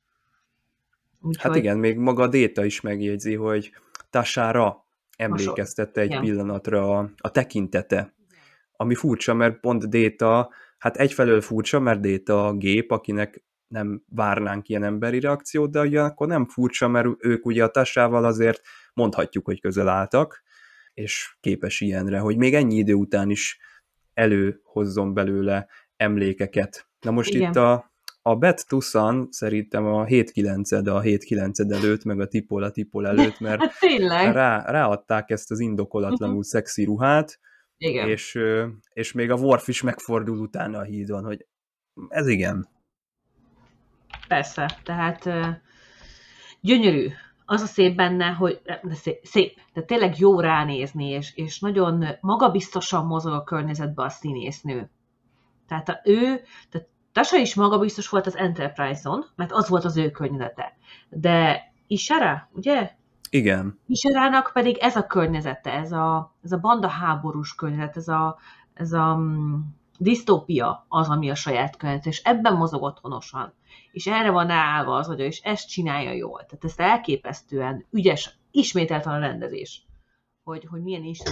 Úgy, hát hogy... igen, még maga a Data is megjegyzi, hogy Tashára emlékeztette egy igen. pillanatra a, a tekintete, ami furcsa, mert pont Data, hát egyfelől furcsa, mert Data a gép, akinek nem várnánk ilyen emberi reakciót, de ugyanakkor nem furcsa, mert ők ugye a Tashával azért mondhatjuk, hogy közel álltak, és képes ilyenre, hogy még ennyi idő után is előhozzon belőle emlékeket. Na most igen. itt a A Beth Toussaint szerintem a hét kilenced a hét kilenced előtt, meg a Tipol a Tipol előtt, mert rá, ráadták ezt az indokolatlanul uh-huh. szexi ruhát, igen. És, és még a Worf is megfordul utána a hídon, hogy ez igen.
Persze, tehát gyönyörű. Az a szép benne, hogy de szép, szép, de tényleg jó ránézni, és, és nagyon magabiztosan mozog a környezetben a színésznő. Tehát a, ő, tehát Tasha is magabiztos volt az Enterprise-on, mert az volt az ő környezete. De Ishara, ugye?
Igen.
Isharának pedig ez a környezete, ez a, ez a banda háborús környezet, ez a, ez a um, disztópia az, ami a saját környezet, és ebben mozog otthonosan. És erre van ráállva az agya, és ezt csinálja jól. Tehát ezt elképesztően ügyes, ismételten a rendezés, hogy, hogy milyen is.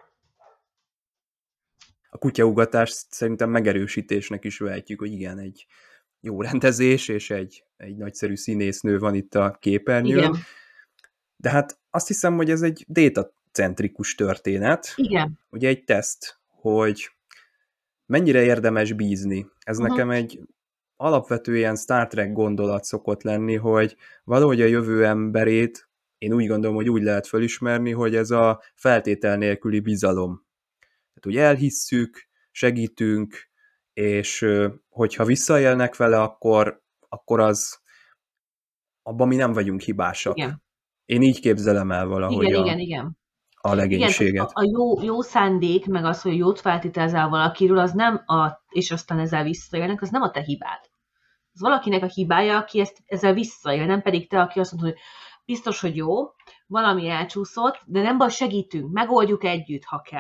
A kutyaugatást szerintem megerősítésnek is vehetjük, hogy igen, egy jó rendezés, és egy, egy nagyszerű színésznő van itt a képernyőn. Igen. De hát azt hiszem, hogy ez egy data-centrikus történet.
Igen.
Ugye egy teszt, hogy mennyire érdemes bízni. Ez uh-huh. nekem egy alapvető ilyen Star Trek gondolat szokott lenni, hogy valahogy a jövő emberét én úgy gondolom, hogy úgy lehet felismerni, hogy ez a feltétel nélküli bizalom. Tehát, hogy elhisszük, segítünk, és hogyha visszaélnek vele, akkor, akkor az abban mi nem vagyunk hibásak.
Igen.
Én így képzelem el valahogy
igen,
a,
igen, igen.
a legénységet.
Igen, a jó, jó szándék, meg az, hogy jót feltételzel valakiről, az nem a, és aztán ezzel visszaélnek, az nem a te hibád. Az valakinek a hibája, aki ezt, ezzel visszaél, nem pedig te, aki azt mondta, hogy biztos, hogy jó, valami elcsúszott, de nem baj, segítünk, megoldjuk együtt, ha kell.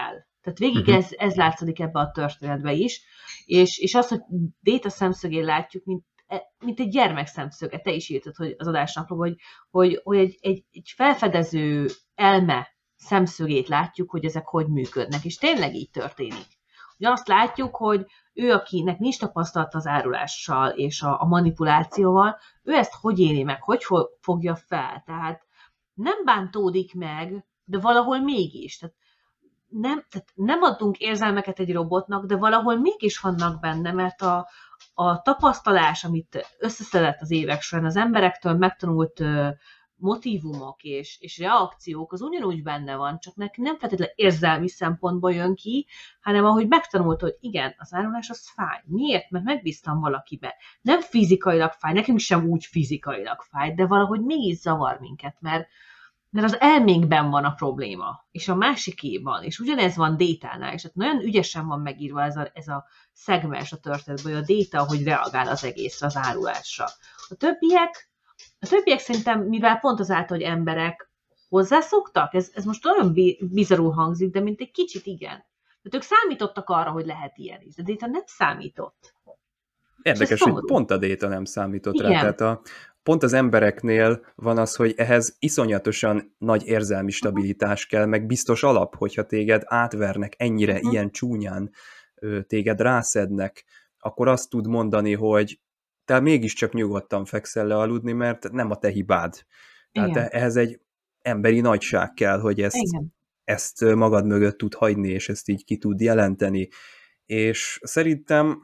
Tehát végig
Uh-huh.
ez, ez látszik ebbe a történetbe is, és, és az, hogy Déta szemszögén látjuk, mint, mint egy gyermek szemszöge, te is írtad, hogy az adásnapló, hogy, hogy, hogy egy, egy, egy felfedező elme szemszögét látjuk, hogy ezek hogy működnek, és tényleg így történik. Ugye azt látjuk, hogy ő, akinek nincs tapasztalat az árulással és a, a manipulációval, ő ezt hogy éli meg, hogy fogja fel. Tehát nem bántódik meg, de valahol mégis. Tehát nem, tehát nem adunk érzelmeket egy robotnak, de valahol mégis vannak benne, mert a, a tapasztalás, amit összeszedett az évek során, az emberektől megtanult motívumok és, és reakciók, az ugyanúgy benne van, csak neki nem feltétlenül érzelmi szempontból jön ki, hanem ahogy megtanult, hogy igen, az árulás az fáj. Miért? Mert megbíztam valakibe. Nem fizikailag fáj, nekünk sem úgy fizikailag fáj, de valahogy mégis zavar minket, mert, mert az elménkben van a probléma, és a másikéban, és ugyanez van Détánál, és hát nagyon ügyesen van megírva ez a, ez a szegmens a történetben, hogy a Déta, hogy reagál az egészre, az árulásra. A többiek A többiek szerintem, mivel pont azáltal, hogy emberek hozzászoktak, ez, ez most olyan bizarrul hangzik, de mint egy kicsit igen. Tehát ők számítottak arra, hogy lehet ilyen is, de Déta nem számított.
Érdekes, hogy pont a Déta nem számított igen. rá. Tehát a, pont az embereknél van az, hogy ehhez iszonyatosan nagy érzelmi stabilitás kell, meg biztos alap, hogyha téged átvernek ennyire, uh-huh. ilyen csúnyán, téged rászednek, akkor azt tud mondani, hogy te mégiscsak nyugodtan fekszel le aludni, mert nem a te hibád. Tehát igen. ehhez egy emberi nagyság kell, hogy ezt, ezt magad mögött tud hagyni, és ezt így ki tud jelenteni. És szerintem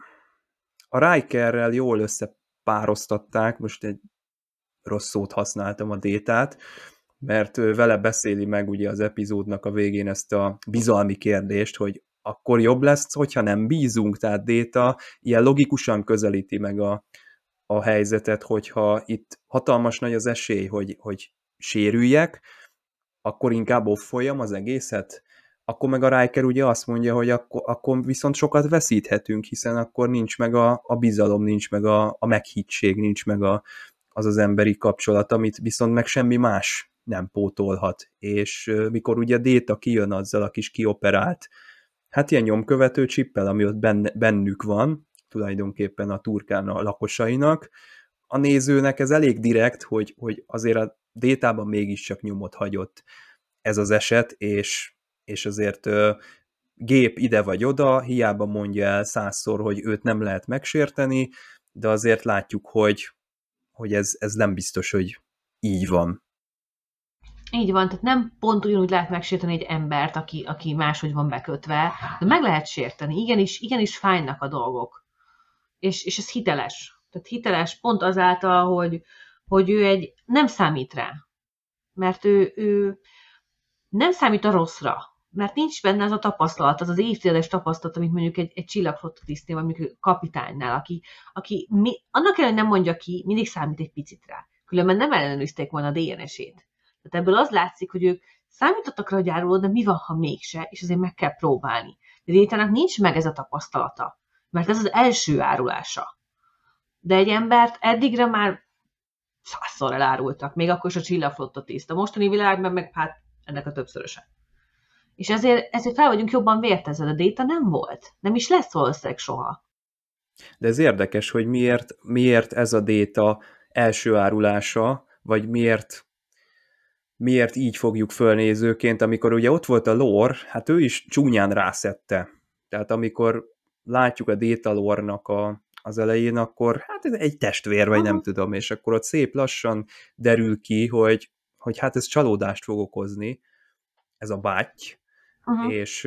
a Rikerrel jól összepároztatták, most egy rossz szót használtam, a Détát, mert vele beszéli meg ugye az epizódnak a végén ezt a bizalmi kérdést, hogy akkor jobb lesz, hogyha nem bízunk, tehát Déta ilyen logikusan közelíti meg a a helyzetet, hogyha itt hatalmas nagy az esély, hogy, hogy sérüljek, akkor inkább offoljam az egészet, akkor meg a Riker ugye azt mondja, hogy akkor, akkor viszont sokat veszíthetünk, hiszen akkor nincs meg a, a bizalom, nincs meg a, a meghittség, nincs meg a, az az emberi kapcsolat, amit viszont meg semmi más nem pótolhat. És mikor ugye Déta kijön azzal a kis kioperált, hát ilyen nyomkövető csippel, ami ott benne, bennük van, tulajdonképpen a Turkán a lakosainak. A nézőnek ez elég direkt, hogy, hogy azért a Détában mégiscsak nyomot hagyott ez az eset, és, és azért ö, gép ide vagy oda, hiába mondja el százszor, hogy őt nem lehet megsérteni, de azért látjuk, hogy, hogy ez, ez nem biztos, hogy így van.
Így van, tehát nem pont ugyanúgy lehet megsérteni egy embert, aki, aki máshogy van bekötve, de meg lehet sérteni. Igenis, igenis fájnak a dolgok. És, és ez hiteles. Tehát hiteles pont azáltal, hogy, hogy ő egy nem számít rá. Mert ő, ő nem számít a rosszra. Mert nincs benne az a tapasztalat, az az évtizedes tapasztalat, amit mondjuk egy, egy csillagflotta tisztnél, vagy mondjuk kapitánynál, aki, aki mi, annak ellenére nem mondja ki, mindig számít egy picit rá. Különben nem ellenőrizték volna a dé en es-ét. Tehát ebből az látszik, hogy ők számítottak rá, hogy áruló, de mi van, ha mégse, és azért meg kell próbálni. De Détának nincs meg ez a tapasztalata. Mert ez az első árulása. De egy embert eddigre már százszor elárultak, még akkor is a csillagflotta tiszt. A mostani világban meg hát ennek a többszöröse. És ezért, ezért fel vagyunk jobban vértezve, a Déta nem volt. Nem is lesz valószínűleg soha.
De ez érdekes, hogy miért, miért ez a Déta első árulása, vagy miért, miért így fogjuk fölnézőként, amikor ugye ott volt a Lore, hát ő is csúnyán rászedte. Tehát amikor látjuk a Déta lore-nak a, az elején, akkor hát ez egy testvér, vagy nem tudom, és akkor ott szép lassan derül ki, hogy, hogy hát ez csalódást fog okozni, ez a báty, uh-huh. és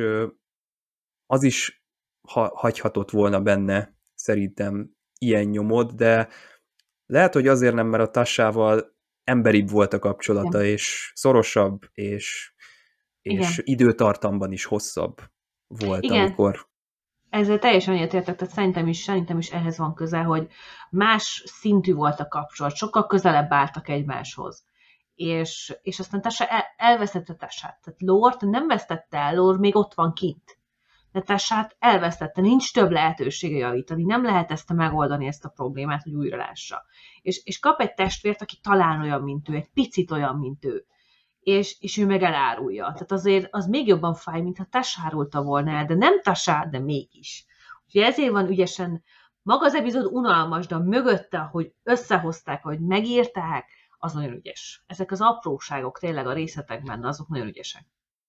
az is ha, hagyhatott volna benne szerintem ilyen nyomot, de lehet, hogy azért nem, mert a Tassával emberibb volt a kapcsolata, igen. és szorosabb, és, és időtartamban is hosszabb volt, igen. amikor...
Ezzel teljesen egyetértek, tehát szerintem is, szerintem is ehhez van köze, hogy más szintű volt a kapcsolat, sokkal közelebb álltak egymáshoz. És, és aztán Tasha el, elvesztette Tashát. Tehát Lore-t nem vesztette el, Lore még ott van kint. De Tashát elvesztette, nincs több lehetősége javítani, nem lehet ezt megoldani, ezt a problémát, hogy újra lássa. És, és kap egy testvért, aki talán olyan, mint ő, egy picit olyan, mint ő. és, és ő meg elárulja. Tehát azért az még jobban fáj, mintha te sárulta volna el, de nem te de mégis. Úgyhogy ezért van ügyesen, maga az epizód unalmas, de a mögötte, hogy összehozták, hogy megírták, az nagyon ügyes. Ezek az apróságok tényleg a részletekben, azok nagyon ügyesek.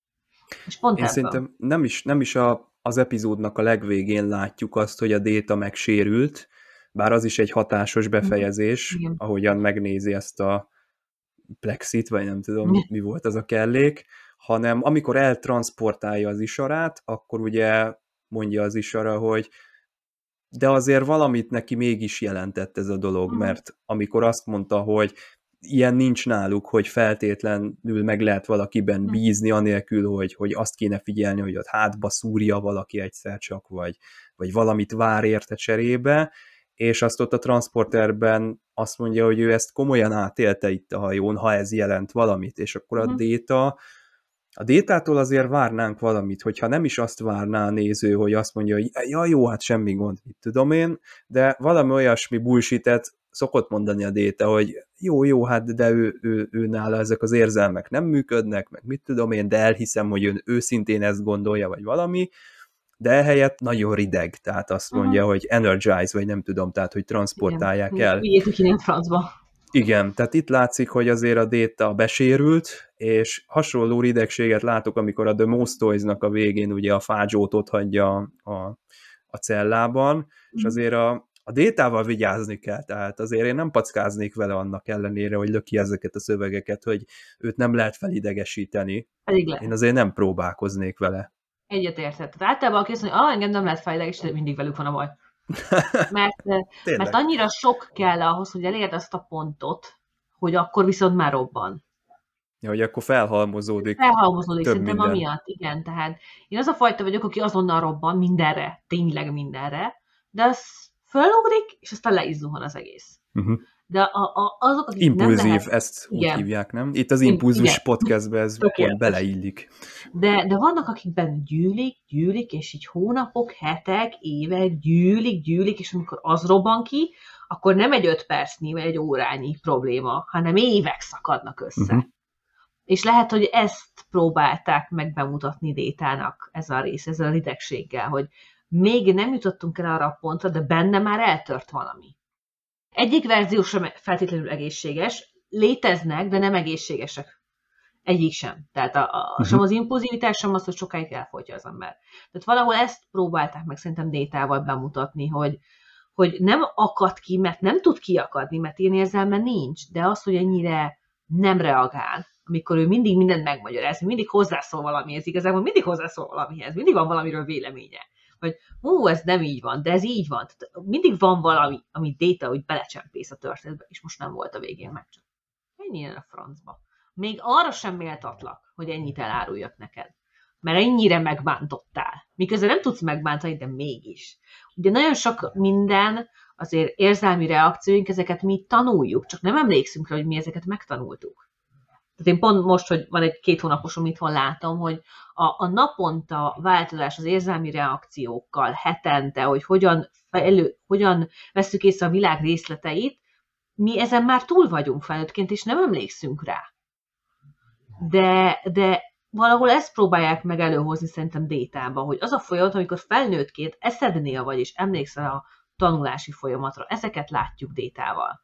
És pont
Én
ebből.
szerintem nem is, nem is a, az epizódnak a legvégén látjuk azt, hogy a Data megsérült, bár az is egy hatásos befejezés,
Igen.
ahogyan megnézi ezt a plexit, vagy nem tudom, mi, mi volt az a kellék, hanem amikor eltransportálja az isarát, akkor ugye mondja az isara, hogy de azért valamit neki mégis jelentett ez a dolog,
Mhm.
mert amikor azt mondta, hogy ilyen nincs náluk, hogy feltétlenül meg lehet valakiben
Mhm.
bízni, anélkül, hogy, hogy azt kéne figyelni, hogy ott hátba szúrja valaki egyszer csak, vagy, vagy valamit vár érte cserébe, és azt ott a transporterben azt mondja, hogy ő ezt komolyan átélte itt a hajón, ha ez jelent valamit, és akkor a
Mhm.
Data a Détától azért várnánk valamit, hogyha nem is azt várná a néző, hogy azt mondja, hogy ja, jó, hát semmi gond, mit tudom én, de valami olyasmi bullshit-et szokott mondani a Déta, hogy jó, jó, hát de ő, ő, ő nála ezek az érzelmek nem működnek, meg mit tudom én, de elhiszem, hogy ön őszintén ezt gondolja, vagy valami, de ehelyett nagyon rideg, tehát azt mondja,
Mhm.
hogy energize, vagy nem tudom, tehát hogy transportálják
Igen.
el.
Vigyétek ki nem francba.
Igen, tehát itt látszik, hogy azért a Data besérült, és hasonló ridegséget látok, amikor a The Most Toys-nak a végén ugye a fágyót ott hagyja a, a cellában, és azért a, a Data-val vigyázni kell, tehát azért én nem packáznék vele annak ellenére, hogy löki ezeket a szövegeket, hogy őt nem lehet felidegesíteni.
Pedig lehet.
Én azért nem próbálkoznék vele.
Egyetértett. Tehát általában aki azt mondja, ah, engem nem lehet fejlegesíteni, mindig velük van a baj. Mert,
Tényleg.
mert annyira sok kell ahhoz, hogy elérd azt a pontot, hogy akkor viszont már robban.
Ja, hogy akkor felhalmozódik.
Felhalmozódik,
több
szerintem
minden.
amiatt, igen. Tehát én az a fajta vagyok, aki azonnal robban mindenre, tényleg mindenre, de az fölugrik, és aztán le is zuhan az egész.
Uh-huh.
De a, a, azok, akik
Impulzív,
nem lehet,
ezt
igen.
úgy hívják, nem? Itt az impulzus
Igen.
podcastben ez
Tökéletes.
pont beleillik.
De, de vannak, akikben gyűlik, gyűlik, és így hónapok, hetek, évek gyűlik, gyűlik, és amikor az robban ki, akkor nem egy öt percnyi, vagy egy órányi probléma, hanem évek szakadnak össze.
Uh-huh.
És lehet, hogy ezt próbálták meg bemutatni Détának, ez a rész, ez a ridegséggel, hogy még nem jutottunk el arra a pontra, de benne már eltört valami. Egyik verzió sem feltétlenül egészséges, léteznek, de nem egészségesek. Egyik sem. Tehát a, a, uh-huh. sem az impulzivitás, sem az, hogy sokáig elfogyja az ember. Tehát valahol ezt próbálták meg szerintem Détával bemutatni, hogy, hogy nem akad ki, mert nem tud kiakadni, mert ilyen érzelme nincs, de az, hogy ennyire nem reagál, amikor ő mindig mindent megmagyaráz, mindig hozzászól valamihez, igazából mindig hozzászól valamihez, mindig van valamiről véleménye. Hogy hú, ez nem így van, de ez így van. Tehát mindig van valami, ami Data, hogy belecsempész a történetbe, és most nem volt a végén meg csak. Menjen a francba. Még arra sem méltatlak, hogy ennyit eláruljak neked. Mert ennyire megbántottál. Miközben nem tudsz megbántani, de mégis. Ugye nagyon sok minden, azért érzelmi reakcióink, ezeket mi tanuljuk, csak nem emlékszünk rá, hogy mi ezeket megtanultuk. Tehát én pont most, hogy van egy két hónaposom itthon látom, hogy a, a naponta változás az érzelmi reakciókkal, hetente, hogy hogyan, elő, hogyan vesszük észre a világ részleteit, mi ezen már túl vagyunk felnőttként, és nem emlékszünk rá. De, de valahol ezt próbálják meg előhozni szerintem Détába, hogy az a folyamat, amikor felnőttként eszednél vagy, és emlékszel a tanulási folyamatra, ezeket látjuk Détával.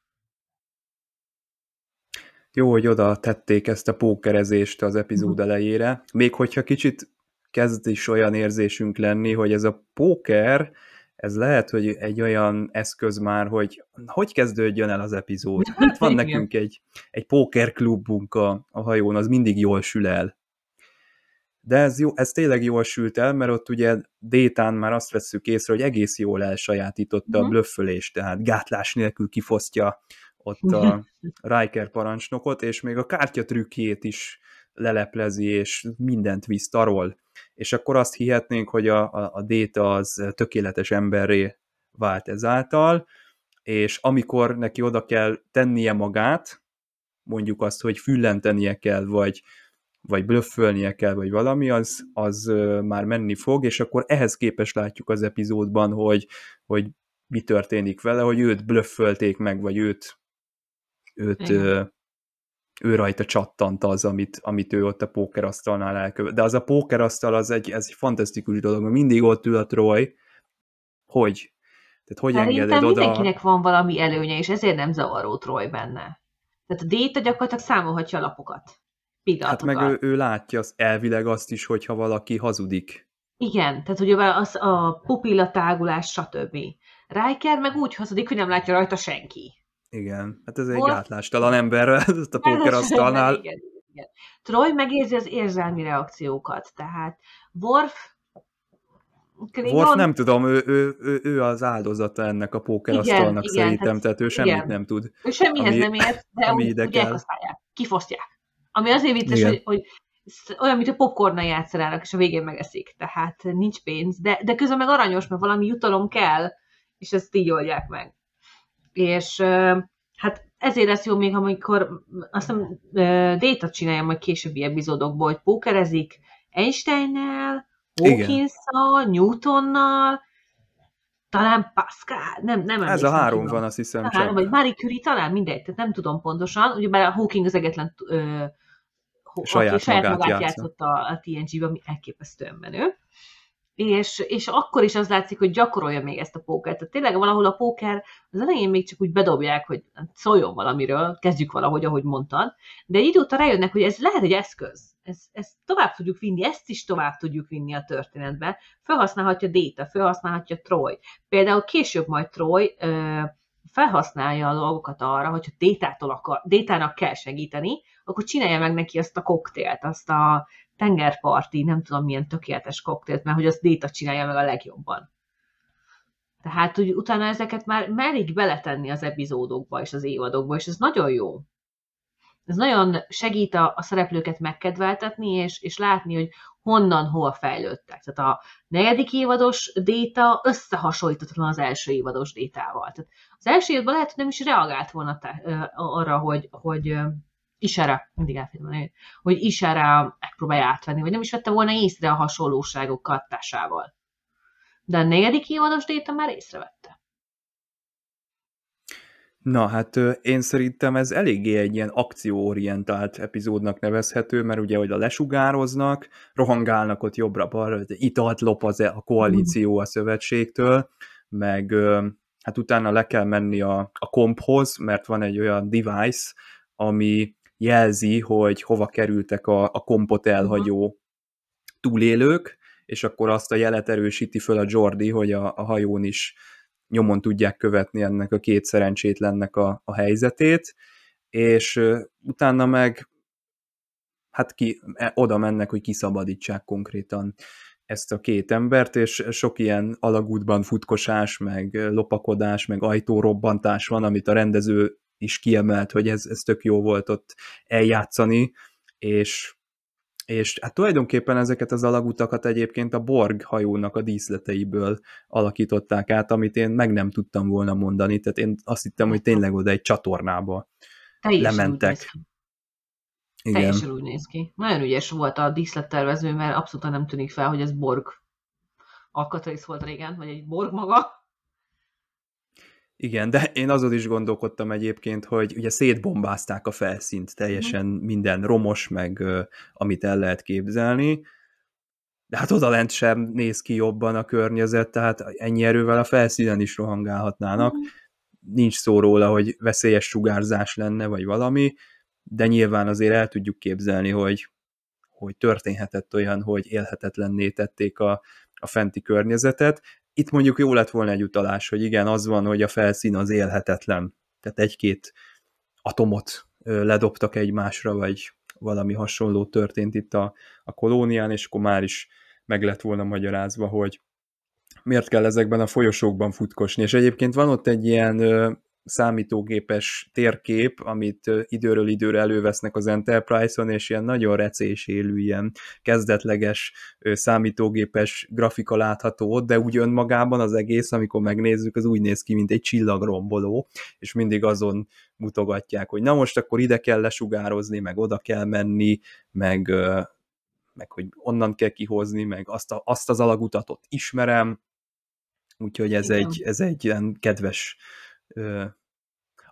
Jó, hogy oda tették ezt a pókerezést az epizód elejére, még hogyha kicsit kezd is olyan érzésünk lenni, hogy ez a póker, ez lehet, hogy egy olyan eszköz már, hogy hogy kezdődjön el az epizód. Itt van nekünk egy, egy pókerklubunk a, a hajón, az mindig jól sül el. De ez, jó, ez tényleg jól sült el, mert ott ugye Détán már azt vesszük észre, hogy egész jól elsajátította a blöffölést, tehát gátlás nélkül kifosztja ott a Riker parancsnokot, és még a kártyatrükkjét is leleplezi, és mindent visz tarol. És akkor azt hihetnénk, hogy a, a, a Data az tökéletes emberré vált ezáltal, és amikor neki oda kell tennie magát, mondjuk azt, hogy füllentenie kell, vagy, vagy blöffölnie kell, vagy valami, az, az már menni fog, és akkor ehhez képest látjuk az epizódban, hogy, hogy mi történik vele, hogy őt blöffölték meg, vagy őt őt ö, ő rajta csattant az, amit, amit ő ott a pókerasztalnál elkövet. De az a pókerasztal, az egy, ez egy fantasztikus dolog, mert mindig ott ül a Troy, hogy? Tehát hogy engeded
Szerintem
oda...
mindenkinek van valami előnye, és ezért nem zavaró Troy benne. Tehát a Déta gyakorlatilag számolhatja a lapokat.
Hát meg ő, ő látja az, elvileg azt is, hogyha valaki hazudik.
Igen, tehát ugye az a pupillatágulás, stb. Riker meg úgy hazudik, hogy nem látja rajta senki.
Igen, hát ez egy
Most...
gátlástalan ember a pókerasztalnál.
Igen, igen. Troy megérzi az érzelmi reakciókat, tehát Worf
Klingon... Worf nem tudom, ő, ő, ő, ő az áldozata ennek a pókerasztalnak
igen,
szerintem,
igen,
tehát ő
igen.
semmit nem tud.
Ő semmihez
ami,
nem ért, de
ami
úgy,
ide
úgy
kell.
elkasztálják, kifosztják. Ami azért vicces, hogy, hogy olyan, mint a popcornnal játszanának, és a végén megeszik. Tehát nincs pénz, de, de közben meg aranyos, mert valami jutalom kell, és ezt így oldják meg. És hát ezért lesz jó még, amikor azt hiszem Data csinálja majd későbbi epizódokból, hogy pókerezik Einsteinnel, Hawkinsszal, Newtonnal, talán Pascal, nem, nem
Ez a három tudom. Van, azt hiszem
talán, csak. Vagy Marie Curie, talán mindegy, tehát nem tudom pontosan. Ugyebár a Hawking az egyetlen ö,
saját,
aki saját
magát,
magát játszott a, a té en gé-ben, ami elképesztően menő. És, és akkor is az látszik, hogy gyakorolja még ezt a pókert. Tehát tényleg valahol a póker az elején még csak úgy bedobják, hogy szóljon valamiről, kezdjük valahogy, ahogy mondtad, de egy idő után rájönnek, hogy ez lehet egy eszköz. Ez, ezt tovább tudjuk vinni, ezt is tovább tudjuk vinni a történetbe. Felhasználhatja Data, felhasználhatja Troy. Például később majd Troy ö, felhasználja a dolgokat arra, hogyha Data-tól akar, Data-nak kell segíteni, akkor csinálja meg neki azt a koktélt, azt a tengerparti, nem tudom milyen tökéletes koktélt, mert hogy azt Data csinálja meg a legjobban. Tehát hogy utána ezeket már merik beletenni az epizódokba és az évadokba, és ez nagyon jó. Ez nagyon segít a, a szereplőket megkedveltetni, és, és látni, hogy honnan, hol fejlődtek. Tehát a negyedik évados Data összehasonlítatlan az első évados Datával. Tehát az első évadban lehet, hogy nem is reagált volna te, arra, hogy, hogy Ishara, mindig elféltem, hogy Ishara megpróbálja átvenni, vagy nem is vette volna észre a hasonlóságok kattásával. De a negyedik évados Data már észrevette.
Na, hát én szerintem ez eléggé egy ilyen akcióorientált epizódnak nevezhető, mert ugye, hogy a lesugároznak, rohangálnak ott jobbra-balra, italt lop az a koalíció a szövetségtől, meg hát utána le kell menni a, a komphoz, mert van egy olyan device, ami jelzi, hogy hova kerültek a, a kompot elhagyó túlélők, és akkor azt a jelet erősíti föl a Geordi, hogy a, a hajón is nyomon tudják követni ennek a két szerencsétlennek a, a helyzetét, és uh, utána meg hát ki, oda mennek, hogy kiszabadítsák konkrétan ezt a két embert, és sok ilyen alagútban futkosás, meg lopakodás, meg ajtórobbantás van, amit a rendező is kiemelt, hogy ez, ez tök jó volt ott eljátszani, és, és hát tulajdonképpen ezeket az alagutakat egyébként a Borg hajónak a díszleteiből alakították át, amit én meg nem tudtam volna mondani, tehát én azt hittem, hogy tényleg oda egy csatornába
Teljesen
lementek.
Igen. Teljesen úgy néz ki. Nagyon ügyes volt a díszlettervező, mert abszolút nem tűnik fel, hogy ez Borg alkatrész volt régen, vagy egy Borg maga.
Igen, de én azon is gondolkodtam egyébként, hogy ugye szétbombázták a felszínt, teljesen mm. minden romos, meg uh, amit el lehet képzelni, de hát odalent sem néz ki jobban a környezet, tehát ennyi erővel a felszínen is rohangálhatnának. Mm. Nincs szó róla, hogy veszélyes sugárzás lenne, vagy valami, de nyilván azért el tudjuk képzelni, hogy, hogy történhetett olyan, hogy élhetetlenné tették a, a fenti környezetet. Itt mondjuk jó lett volna egy utalás, hogy igen, az van, hogy a felszín az élhetetlen. Tehát egy-két atomot ledobtak egymásra, vagy valami hasonló történt itt a, a kolónián, és akkor már is meg lett volna magyarázva, hogy miért kell ezekben a folyosókban futkosni. És egyébként van ott egy ilyen ö, számítógépes térkép, amit ö, időről időre elővesznek az Enterprise-on, és ilyen nagyon recés élő, ilyen kezdetleges ö, számítógépes grafika látható ott, de úgy önmagában az egész, amikor megnézzük, az úgy néz ki, mint egy csillagromboló, és mindig azon mutogatják, hogy na most akkor ide kell lesugározni, meg oda kell menni, meg, ö, meg hogy onnan kell kihozni, meg azt, a, azt az alagutat ott ismerem, úgyhogy ez egy, ez egy ilyen kedves, ö,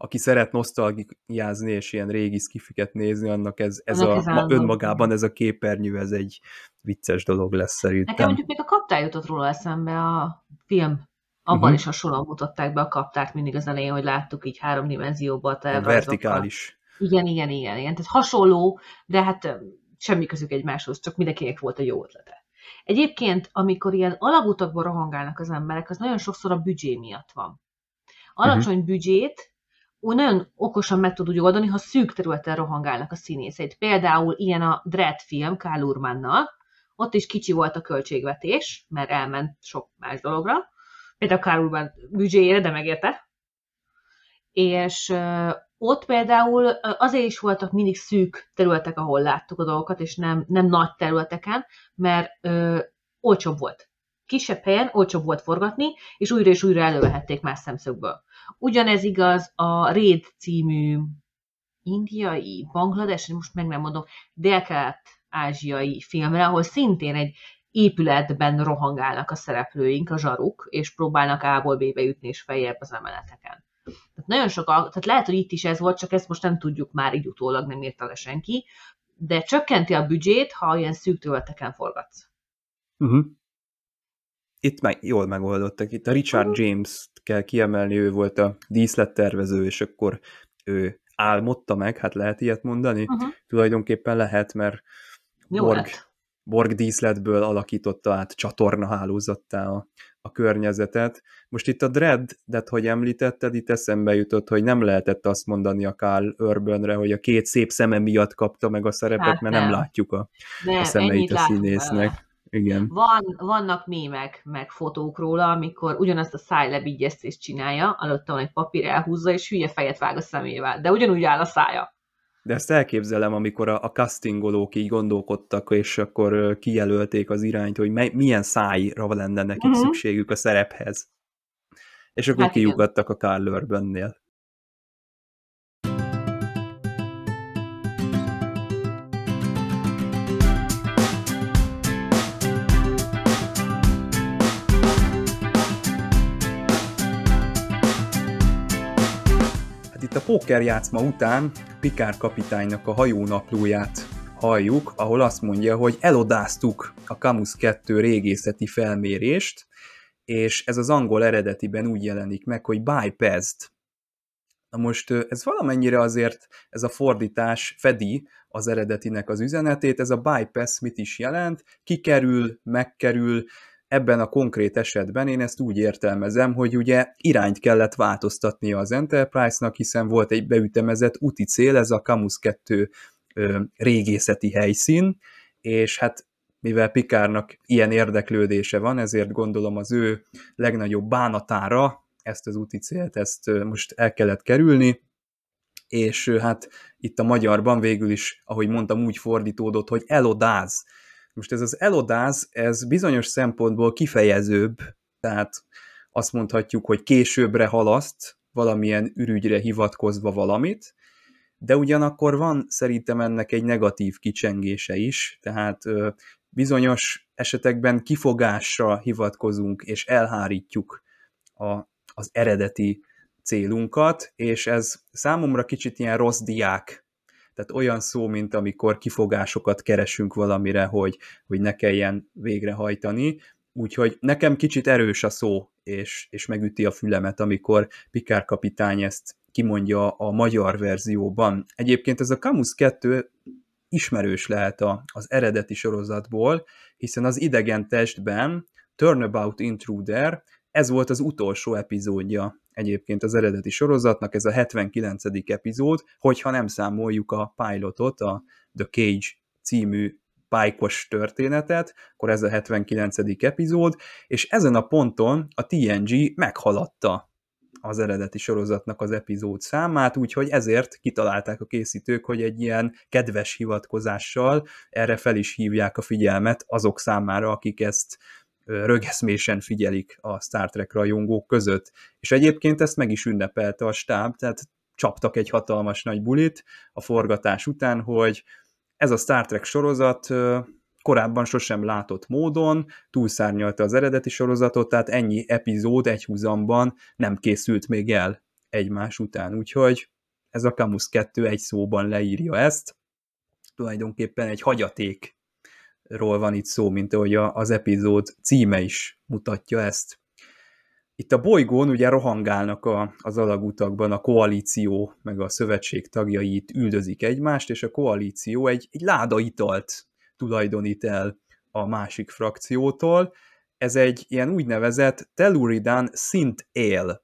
aki szeret nosztalgiázni és ilyen régi skifiket nézni, annak ez, ez
Annak
a,
ez
ma,
állandó.
önmagában ez a képernyő, ez egy vicces dolog lesz
Nekem
szerintem.
mondjuk még a kaptár jutott róla eszembe a film. Abban
Uh-huh.
is hasonlóan mutatták be a kaptárt mindig az elején, hogy láttuk így három dimenzióban a
Egy
tervrajzokkal.
vertikális.
Igen, igen, igen, igen. Tehát hasonló, de hát ö, semmi közük egymáshoz, csak mindenkinek volt egy jó ötlete. Egyébként, amikor ilyen alagutakban rohangálnak az emberek, az nagyon sokszor a büdzsé miatt van. Alacsony uh-huh. büdzsét úgy nagyon okosan meg tud úgy oldani, ha szűk területen rohangálnak a színészeit. Például ilyen a Dredd film Kál Urmannal, ott is kicsi volt a költségvetés, mert elment sok más dologra. Például Kál Urmann büdzséjére, de megérte. És ö, ott például ö, azért is voltak mindig szűk területek, ahol láttuk a dolgokat, és nem, nem nagy területeken, mert ö, olcsóbb volt. Kisebb helyen olcsóbb volt forgatni, és újra és újra elővehették más szemszögből. Ugyanez igaz a Raid című indiai, Banglades, most meg nem mondom, délkelet-ázsiai filmre, ahol szintén egy épületben rohangálnak a szereplőink, a zsaruk, és próbálnak A-ból B-be jutni, és feljebb az emeleteken. Tehát nagyon sok, tehát lehet, hogy itt is ez volt, csak ezt most nem tudjuk már így utólag, nem írta le senki, de csökkenti a büdzsét, ha ilyen szűk területeken forgatsz.
Uh-huh. Itt meg jól megoldottak. Itt a Richard uh-huh. James-t kell kiemelni, ő volt a díszlettervező, és akkor ő álmodta meg, hát lehet ilyet mondani? Uh-huh. Tulajdonképpen lehet, mert Borg, Borg díszletből alakította át csatornahálózattá a, a környezetet. Most itt a Dreddet, hogy említetted, itt eszembe jutott, hogy nem lehetett azt mondani a Karl Urbanre, hogy a két szép szeme miatt kapta meg a szerepet, hát mert nem, nem látjuk a, nem, a szemeit a színésznek. Vele. Igen.
Van, vannak mémek, meg fotók róla, amikor ugyanazt a szájlebigyeztést csinálja, előtte van egy papír, elhúzza, és hülye fejet vág a szemével, de ugyanúgy áll a szája.
De ezt elképzelem, amikor a, a castingolók így gondolkodtak, és akkor kijelölték az irányt, hogy mely, milyen szájra lenne nekik uh-huh. szükségük a szerephez. És akkor hát kiukadtak a Karl Urbannél. Itt a pókerjátszma után Picard kapitánynak a hajónaplóját halljuk, ahol azt mondja, hogy elodáztuk a Camus kettő régészeti felmérést, és ez az angol eredetiben úgy jelenik meg, hogy bypassed. Na most ez valamennyire azért, ez a fordítás fedi az eredetinek az üzenetét, ez a bypass mit is jelent, kikerül, megkerül. Ebben a konkrét esetben én ezt úgy értelmezem, hogy ugye irányt kellett változtatnia az Enterprise-nak, hiszen volt egy beütemezett úti cél, ez a Camus kettő ö, régészeti helyszín, és hát mivel Picardnak ilyen érdeklődése van, ezért gondolom az ő legnagyobb bánatára ezt az úti célt, ezt most el kellett kerülni, és hát itt a magyarban végül is, ahogy mondtam, úgy fordítódott, hogy elodáz. Most ez az elodáz, ez bizonyos szempontból kifejezőbb, tehát azt mondhatjuk, hogy későbbre halaszt, valamilyen ürügyre hivatkozva valamit, de ugyanakkor van szerintem ennek egy negatív kicsengése is, tehát bizonyos esetekben kifogásra hivatkozunk, és elhárítjuk a, az eredeti célunkat, és ez számomra kicsit ilyen rossz diák. Tehát olyan szó, mint amikor kifogásokat keresünk valamire, hogy, hogy ne kelljen végrehajtani. Úgyhogy nekem kicsit erős a szó, és, és megüti a fülemet, amikor Picard kapitány ezt kimondja a magyar verzióban. Egyébként ez a Camus kettő ismerős lehet a, az eredeti sorozatból, hiszen az Idegen testben Turnabout Intruder, ez volt az utolsó epizódja egyébként az eredeti sorozatnak, ez a hetvenkilencedik epizód, hogyha nem számoljuk a pilotot, a The Cage című Pike-os történetet, akkor ez a hetvenkilencedik epizód, és ezen a ponton a té en gé meghaladta az eredeti sorozatnak az epizód számát, úgyhogy ezért kitalálták a készítők, hogy egy ilyen kedves hivatkozással erre fel is hívják a figyelmet azok számára, akik ezt rögeszmésen figyelik a Star Trek rajongók között. És egyébként ezt meg is ünnepelte a stáb, tehát csaptak egy hatalmas nagy bulit a forgatás után, hogy ez a Star Trek sorozat korábban sosem látott módon túlszárnyalta az eredeti sorozatot, tehát ennyi epizód egyhuzamban nem készült még el egymás után, úgyhogy ez a Camus kettő egy szóban leírja ezt, tulajdonképpen egy hagyatékról van itt szó, mint ahogy az epizód címe is mutatja ezt. Itt a bolygón ugye rohangálnak a, az alagutakban, a koalíció meg a szövetség tagjai itt üldözik egymást, és a koalíció egy, egy láda italt tulajdonít el a másik frakciótól. Ez egy ilyen úgynevezett Telluridan Synth Ale,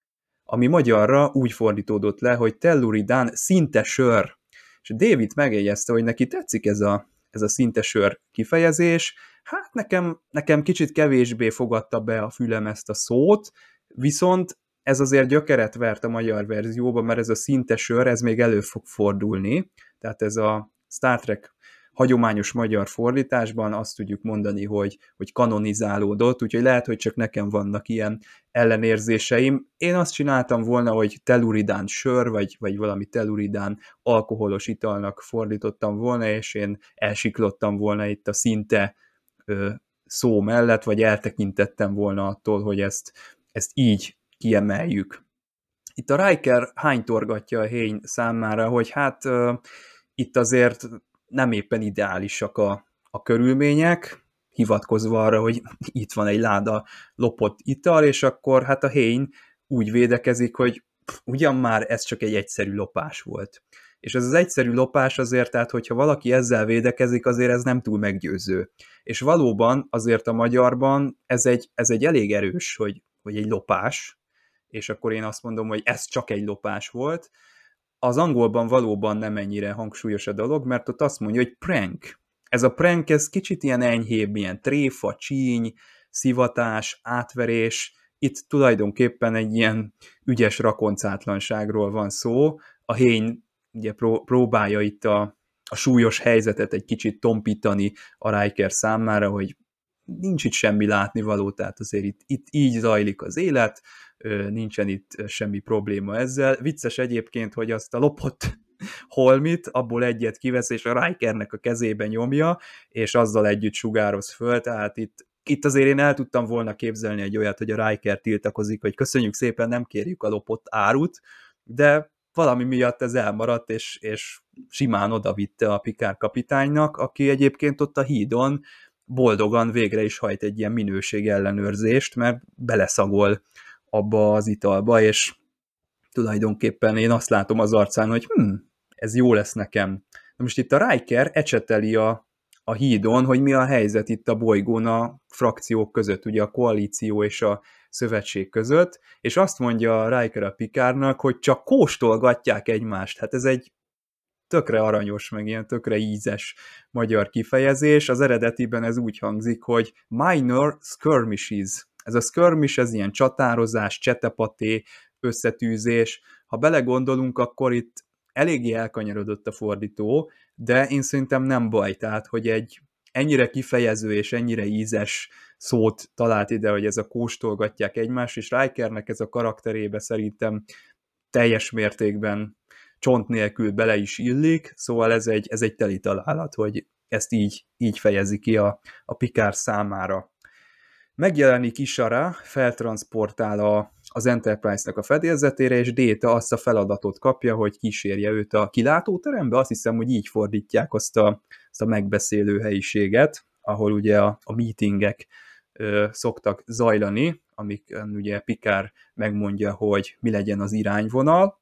ami magyarra úgy fordítódott le, hogy Telluridan szinte sör. És David megjegyezte, hogy neki tetszik ez a, ez a szinte sör kifejezés. Hát nekem, nekem kicsit kevésbé fogadta be a fülem ezt a szót, viszont ez azért gyökeret vert a magyar verzióban, mert ez a szinte sör, ez még elő fog fordulni. Tehát ez a Star Trek hagyományos magyar fordításban azt tudjuk mondani, hogy, hogy kanonizálódott, úgyhogy lehet, hogy csak nekem vannak ilyen ellenérzéseim. Én azt csináltam volna, hogy telluridán sör, vagy, vagy valami telluridán alkoholos italnak fordítottam volna, és én elsiklottam volna itt a szinte ö, szó mellett, vagy eltekintettem volna attól, hogy ezt, ezt így kiemeljük. Itt a Riker hánytorgatja a Hény számára, hogy hát ö, itt azért nem éppen ideálisak a, a körülmények, hivatkozva arra, hogy itt van egy láda lopott ital, és akkor hát a Hény úgy védekezik, hogy pff, ugyan már ez csak egy egyszerű lopás volt. És ez az egyszerű lopás azért, tehát hogyha valaki ezzel védekezik, azért ez nem túl meggyőző. És valóban azért a magyarban ez egy, ez egy elég erős, hogy, hogy egy lopás, és akkor én azt mondom, hogy ez csak egy lopás volt. Az angolban valóban nem ennyire hangsúlyos a dolog, mert ott azt mondja, hogy prank. Ez a prank, ez kicsit ilyen enyhébb, ilyen tréfa, csíny, szivatás, átverés. Itt tulajdonképpen egy ilyen ügyes rakoncátlanságról van szó. A Hény ugye pró- próbálja itt a, a súlyos helyzetet egy kicsit tompítani a Riker számára, hogy nincs itt semmi látnivaló, tehát azért itt, itt így zajlik az élet, nincsen itt semmi probléma ezzel. Vicces egyébként, hogy azt a lopott holmit, abból egyet kivesz, és a Rikernek a kezébe nyomja, és azzal együtt sugároz föl, tehát itt, itt azért én el tudtam volna képzelni egy olyat, hogy a Riker tiltakozik, hogy köszönjük szépen, nem kérjük a lopott árut, de valami miatt ez elmaradt, és, és simán odavitte a Picard kapitánynak, aki egyébként ott a hídon boldogan végre is hajt egy ilyen minőség ellenőrzést, mert beleszagol abba az italba, és tulajdonképpen én azt látom az arcán, hogy hm, ez jó lesz nekem. Na most itt a Riker ecseteli a, a hídon, hogy mi a helyzet itt a bolygón a frakciók között, ugye a koalíció és a szövetség között, és azt mondja a Riker a Picardnak, hogy csak kóstolgatják egymást. Hát ez egy tökre aranyos, meg ilyen tökre ízes magyar kifejezés. Az eredetiben ez úgy hangzik, hogy minor skirmishes. Ez a skirmish, ez ilyen csatározás, csetepaté, összetűzés. Ha belegondolunk, akkor itt eléggé elkanyarodott a fordító, de én szerintem nem baj, tehát, hogy egy ennyire kifejező és ennyire ízes szót talált ide, hogy ez a kóstolgatják egymást, és Rikernek ez a karakterébe szerintem teljes mértékben csont nélkül bele is illik, szóval ez egy, ez egy teli találat, hogy ezt így, így fejezi ki a, a Picard számára. Megjelenik Ishara, feltranszportál a, az Enterprise-nak a fedélzetére, és Data azt a feladatot kapja, hogy kísérje őt a kilátóterembe, azt hiszem, hogy így fordítják azt a, azt a megbeszélő helyiséget, ahol ugye a, a meetingek ö, szoktak zajlani, amik ugye Picard megmondja, hogy mi legyen az irányvonal,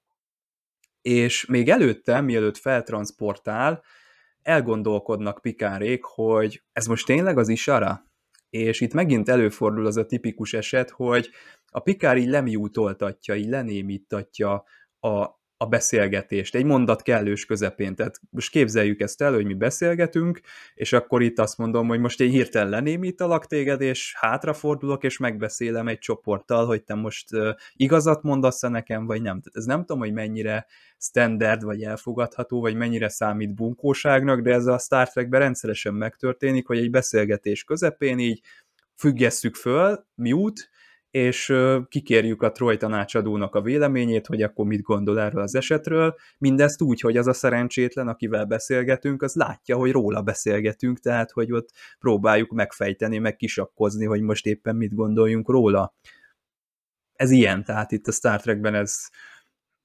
és még előtte, mielőtt feltranszportál, elgondolkodnak Picardék, hogy ez most tényleg az Ishara? És itt megint előfordul az a tipikus eset, hogy a Picard így lemiútoltatja, így lenémítatja a, a beszélgetést, egy mondat kellős közepén. Tehát most képzeljük ezt el, hogy mi beszélgetünk, és akkor itt azt mondom, hogy most én hirtelen lenémítalak téged, és hátrafordulok, és megbeszélem egy csoporttal, hogy te most uh, igazat mondasz-e nekem, vagy nem. Tehát ez nem tudom, hogy mennyire standard, vagy elfogadható, vagy mennyire számít bunkóságnak, de ez a Star Trekben rendszeresen megtörténik, hogy egy beszélgetés közepén így függesszük föl, mute, és kikérjük a Troi tanácsadónak a véleményét, hogy akkor mit gondol erről az esetről. Mindezt úgy, hogy az a szerencsétlen, akivel beszélgetünk, az látja, hogy róla beszélgetünk, tehát hogy ott próbáljuk megfejteni, meg kisakkozni, hogy most éppen mit gondoljunk róla. Ez ilyen, tehát itt a Star Trekben ez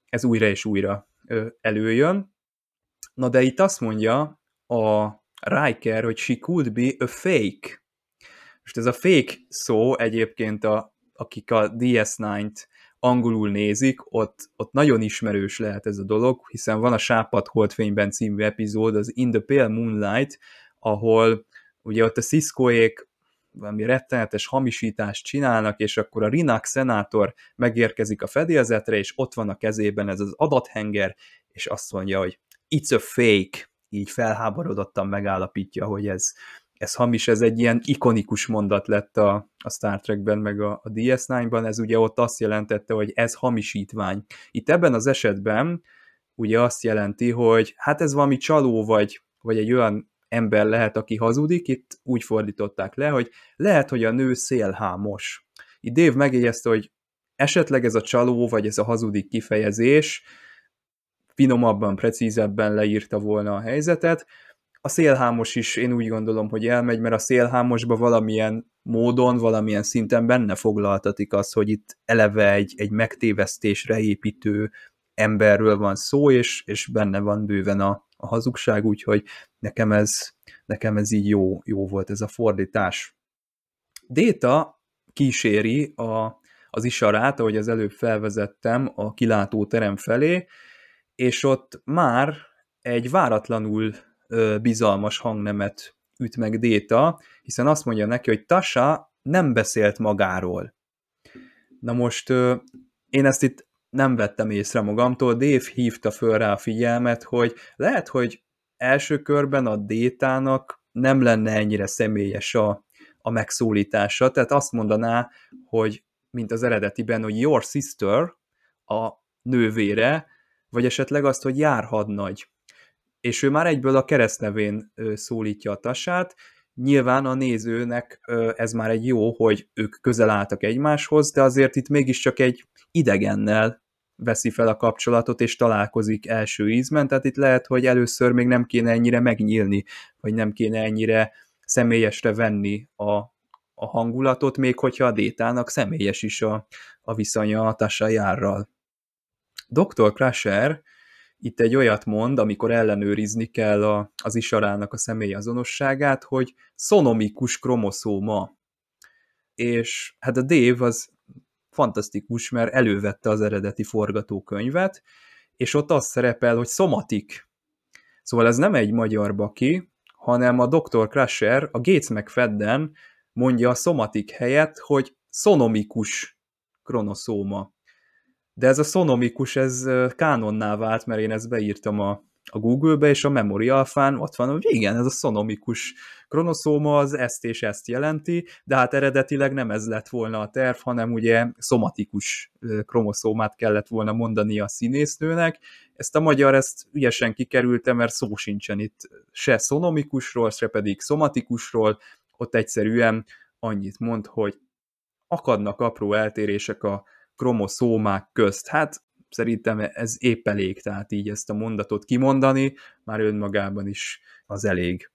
ez újra és újra előjön. Na de itt azt mondja a Riker, hogy she could be a fake. Most ez a fake szó egyébként, a, akik a dé es kilenc-t angolul nézik, ott, ott nagyon ismerős lehet ez a dolog, hiszen van a Sápadt Holdfényben című epizód, az In the Pale Moonlight, ahol ugye ott a Siskoék valami rettenetes hamisítást csinálnak, és akkor a Rinak szenátor megérkezik a fedélzetre, és ott van a kezében ez az adathenger, és azt mondja, hogy it's a fake, így felháborodottan megállapítja, hogy ez, ez hamis, ez egy ilyen ikonikus mondat lett a, a Star Trekben, meg a, a dé es kilencben, ez ugye ott azt jelentette, hogy ez hamisítvány. Itt ebben az esetben ugye azt jelenti, hogy hát ez valami csaló, vagy, vagy egy olyan ember lehet, aki hazudik, itt úgy fordították le, hogy lehet, hogy a nő szélhámos. Itt Dave megjegyezte, hogy esetleg ez a csaló, vagy ez a hazudik kifejezés finomabban, precízebben leírta volna a helyzetet. A szélhámos is én úgy gondolom, hogy elmegy, mert a szélhámosba valamilyen módon, valamilyen szinten benne foglaltatik azt, hogy itt eleve egy, egy megtévesztésre építő emberről van szó, és, és benne van bőven a, a hazugság, úgyhogy nekem ez, nekem ez így jó, jó volt ez a fordítás. Data kíséri a, az isarát, ahogy az előbb felvezettem, a kilátóterem felé, és ott már egy váratlanul ö, bizalmas hangnemet üt meg Data, hiszen azt mondja neki, hogy Tasha nem beszélt magáról. Na most ö, én ezt itt nem vettem észre magamtól, Dave hívta föl rá a figyelmet, hogy lehet, hogy első körben a Data-nak nem lenne ennyire személyes a, a megszólítása, tehát azt mondaná, hogy mint az eredetiben, hogy your sister, a nővére, vagy esetleg azt, hogy jár hadnagy. És ő már egyből a keresztnevén szólítja a Tashát. Nyilván a nézőnek ez már egy jó, hogy ők közel álltak egymáshoz, de azért itt mégiscsak egy idegennel veszi fel a kapcsolatot, és találkozik első ízben, tehát itt lehet, hogy először még nem kéne ennyire megnyílni, vagy nem kéne ennyire személyesre venni a, a hangulatot, még hogyha a Détának személyes is a, a viszonya a Tasha Yarral. doktor Crusher itt egy olyat mond, amikor ellenőrizni kell a, az isarának a személyazonosságát, hogy szonomikus kromoszóma. És hát a Dave az fantasztikus, mert elővette az eredeti forgatókönyvet, és ott az szerepel, hogy szomatik. Szóval ez nem egy magyar baki, hanem a doktor Crusher, a Gates McFadden mondja a szomatik helyett, hogy szonomikus kromoszóma. De ez a szonomikus, ez kánonná vált, mert én ezt beírtam a, a Google-be, és a Memory Alphán ott van, hogy igen, ez a szonomikus kromoszóma, az ezt és ezt jelenti, de hát eredetileg nem ez lett volna a terv, hanem ugye szomatikus kromoszómát kellett volna mondani a színésznőnek. Ezt a magyar, ezt ügyesen kikerülte, mert szó sincsen itt se szonomikusról, se pedig szomatikusról, ott egyszerűen annyit mond, hogy akadnak apró eltérések a kromoszómák közt. Hát szerintem ez épp elég, tehát így ezt a mondatot kimondani, már önmagában is az elég.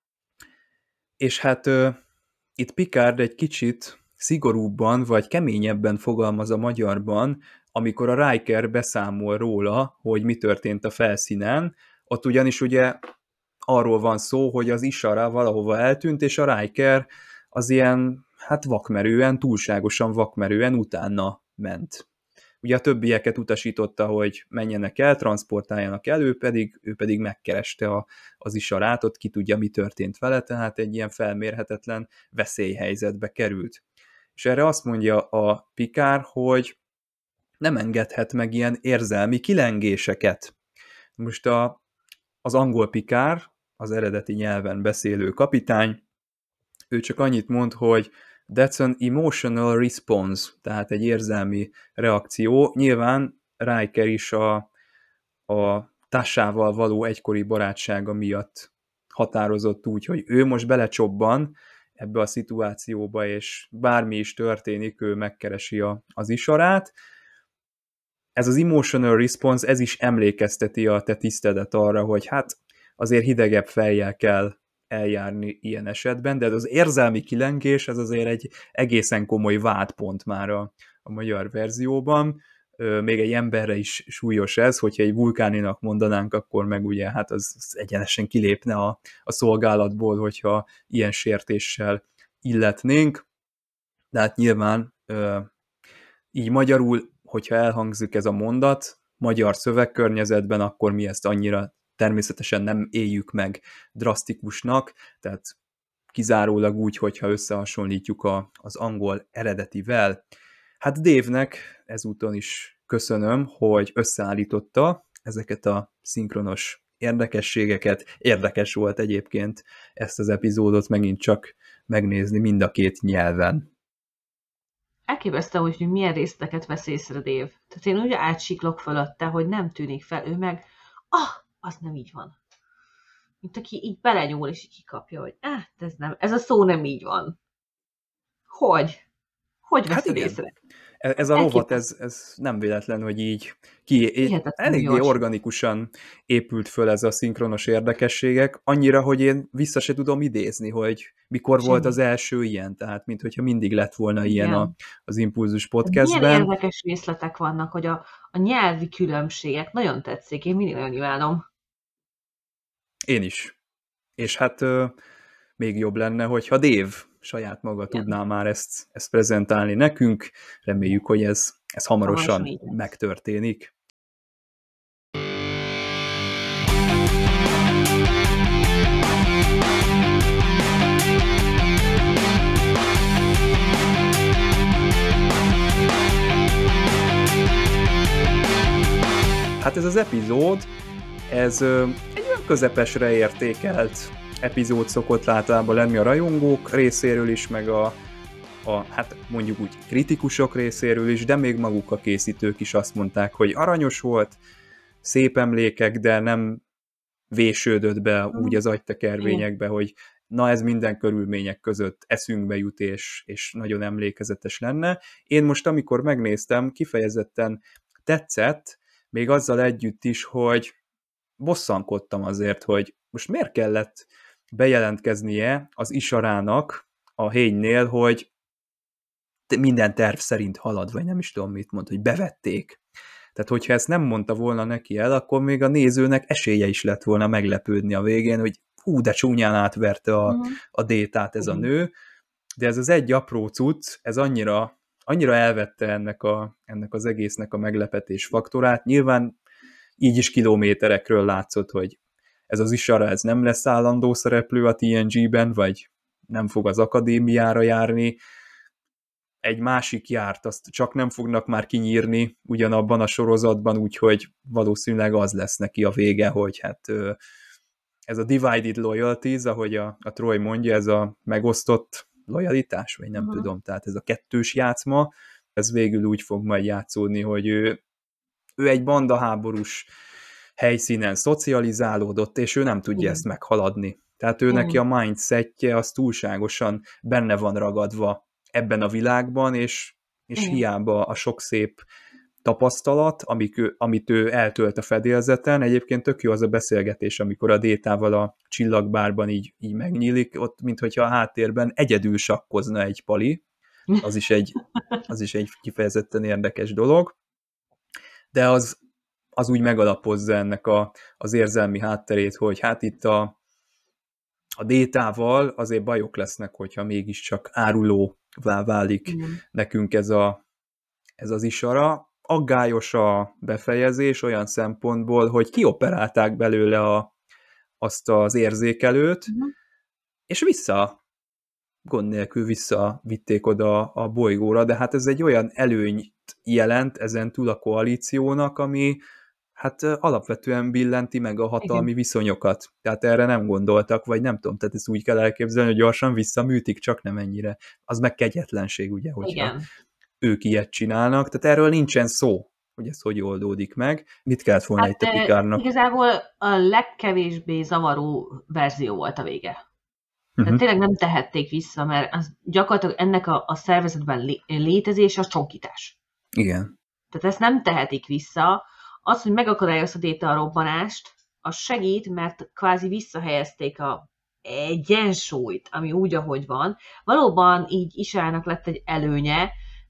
És hát uh, itt Picard egy kicsit szigorúbban, vagy keményebben fogalmaz a magyarban, amikor a Riker beszámol róla, hogy mi történt a felszínen, ott ugyanis ugye arról van szó, hogy az Ishara valahova eltűnt, és a Riker az ilyen, hát vakmerően, túlságosan vakmerően utána ment. Ugye a többieket utasította, hogy menjenek el, transportáljanak el, ő pedig, ő pedig megkereste a, az Isharátot, ki tudja, mi történt vele, tehát egy ilyen felmérhetetlen veszélyhelyzetbe került. És erre azt mondja a Picard, hogy nem engedhet meg ilyen érzelmi kilengéseket. Most a, az angol Picard, az eredeti nyelven beszélő kapitány, ő csak annyit mond, hogy that's an emotional response, tehát egy érzelmi reakció. Nyilván Riker is a, a Tashával való egykori barátsága miatt határozott úgy, hogy ő most belecsobban ebbe a szituációba, és bármi is történik, ő megkeresi a, az Isharát. Ez az emotional response, ez is emlékezteti a te tisztedet arra, hogy hát azért hidegebb fejjel kell eljárni ilyen esetben, de ez az érzelmi kilengés, ez azért egy egészen komoly vádpont már a, a magyar verzióban. még egy emberre is súlyos ez, hogyha egy vulkáninak mondanánk, akkor meg ugye hát az, az egyenesen kilépne a, a szolgálatból, hogyha ilyen sértéssel illetnénk. De hát nyilván így magyarul, hogyha elhangzik ez a mondat, magyar szövegkörnyezetben, akkor mi ezt annyira természetesen nem éljük meg drasztikusnak, tehát kizárólag úgy, hogyha összehasonlítjuk a, az angol eredetivel. Hát Dave-nek ezúton is köszönöm, hogy összeállította ezeket a szinkronos érdekességeket. Érdekes volt egyébként ezt az epizódot megint csak megnézni mind a két nyelven.
Elképesztő, hogy milyen részleteket vesz észre Dave. Tehát én úgy átsiklok fölötte, hogy nem tűnik fel, ő meg, ah, az nem így van. Mint aki így belenyúl, és így kikapja, hogy eh, ez, nem, ez a szó nem így van. Hogy? Hogy veszed hát észre?
Ez a rovat, ez, ez nem véletlen, hogy így ki, eléggé organikusan épült föl ez a szinkronos érdekességek, annyira, hogy én vissza se tudom idézni, hogy mikor Semmi. volt az első ilyen, tehát mint hogyha mindig lett volna ilyen a, az Impulzus podcastben.
Milyen érdekes részletek vannak, hogy a, a nyelvi különbségek nagyon tetszik, én mindig nagyon kívánom.
Én is. És hát euh, még jobb lenne, hogyha Dave saját maga Igen. tudná már ezt, ezt prezentálni nekünk. Reméljük, hogy ez, ez hamarosan, hamarosan megtörténik. Hát ez az epizód, ez ö, egy olyan közepesre értékelt epizód szokott általában lenni a rajongók részéről is, meg a, a, hát mondjuk úgy kritikusok részéről is, de még maguk a készítők is azt mondták, hogy aranyos volt, szép emlékek, de nem vésődött be úgy az agytekervényekbe, hogy na ez minden körülmények között eszünkbe jut, és, és nagyon emlékezetes lenne. Én most, amikor megnéztem, kifejezetten tetszett, még azzal együtt is, hogy bosszankodtam azért, hogy most miért kellett bejelentkeznie az Isarának a Hénynél, hogy minden terv szerint halad, vagy nem is tudom mit mond, hogy bevették. Tehát, hogyha ezt nem mondta volna neki el, akkor még a nézőnek esélye is lett volna meglepődni a végén, hogy hú, de csúnyán átverte a, uh-huh. a détát ez a nő, de ez az egy apró cucc, ez annyira, annyira elvette ennek, a, ennek az egésznek a meglepetés faktorát. Nyilván így is kilométerekről látszott, hogy ez az Isara, ez nem lesz állandó szereplő a té en gé-ben, vagy nem fog az akadémiára járni. Egy másik járt, azt csak nem fognak már kinyírni ugyanabban a sorozatban, úgyhogy valószínűleg az lesz neki a vége, hogy hát ez a divided loyalties, ahogy a, a Troy mondja, ez a megosztott lojalitás, vagy nem uh-huh. tudom, tehát ez a kettős játszma, ez végül úgy fog majd játszódni, hogy ő, ő egy bandaháborús helyszínen szocializálódott, és ő nem tudja Igen. ezt meghaladni. Tehát ő Igen. neki a mindsetje az túlságosan benne van ragadva ebben a világban, és, és hiába a sok szép tapasztalat, amik ő, amit ő eltölt a fedélzeten. Egyébként tök jó az a beszélgetés, amikor a Détával a csillagbárban így, így megnyílik, ott minthogyha a háttérben egyedül sakkozna egy pali. Az is egy, az is egy kifejezetten érdekes dolog. De az, az úgy megalapozza ennek a, az érzelmi hátterét, hogy hát itt a, a Détával azért bajok lesznek, hogyha mégiscsak árulóvá válik mm. nekünk ez, a, ez az Isara. Aggályos a befejezés olyan szempontból, hogy kioperálták belőle a, azt az érzékelőt, mm. és vissza, gond nélkül visszavitték oda a bolygóra, de hát ez egy olyan előnyt jelent ezen túl a koalíciónak, ami hát alapvetően billenti meg a hatalmi Igen. viszonyokat. Tehát erre nem gondoltak, vagy nem tudom, tehát ezt úgy kell elképzelni, hogy gyorsan visszaműtik, csak nem ennyire. Az meg kegyetlenség, ugye, hogyha Igen. ők ilyet csinálnak. Tehát erről nincsen szó, hogy ez hogy oldódik meg. Mit kellett volna hát, itt a Picardnak?
Igazából a legkevésbé zavaró verzió volt a vége. Tehát uh-huh. tényleg nem tehették vissza, mert az gyakorlatilag ennek a, a szervezetben lé, létezés a csonkítás.
Igen.
Tehát ezt nem tehetik vissza. Az, hogy megakadályozta Déta a robbanást, az segít, mert kvázi visszahelyezték a egyensúlyt, ami úgy, ahogy van. Valóban így Isarának lett egy előnye,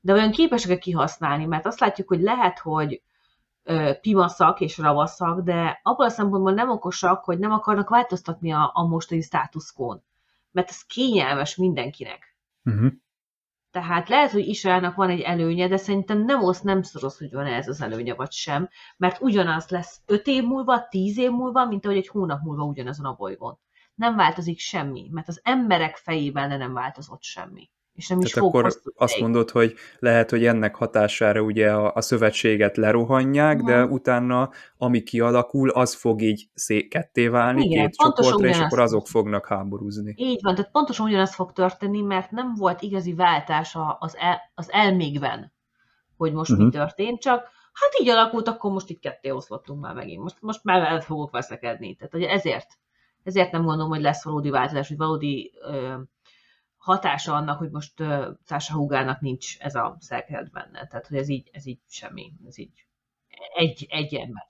de olyan képesek kihasználni, mert azt látjuk, hogy lehet, hogy ö, pimaszak és ravaszak, de abban a szempontból nem okosak, hogy nem akarnak változtatni a, a mostani státuszkón, mert ez kényelmes mindenkinek.
Uh-huh.
Tehát lehet, hogy Izraelnak van egy előnye, de szerintem nem osz, nem szoros, hogy van ez az előnye, vagy sem, mert ugyanaz lesz öt év múlva, tíz év múlva, mint ahogy egy hónap múlva ugyanazon a bolygón. Nem változik semmi, mert az emberek fejében nem változott semmi. És nem is
Tehát
fog
akkor azt mondod, hogy lehet, hogy ennek hatására ugye a, a szövetséget lerohanják, uh-huh. de utána ami kialakul, az fog így szé- ketté válni,
igen,
két csoportra, és akkor azok fognak háborúzni.
Így van, tehát pontosan ugyanaz fog történni, mert nem volt igazi váltás az, el, az elmékben, hogy most uh-huh. mi történt, csak hát így alakult, akkor most itt ketté oszlottunk már megint. Most, most már el fogok veszekedni. Tehát ugye ezért, ezért nem gondolom, hogy lesz valódi változás, hogy valódi ö, hatása annak, hogy most uh, Sasha Hugának nincs ez a szerkezet benne. Tehát, hogy ez így, ez így semmi. Ez így egy, egy ember.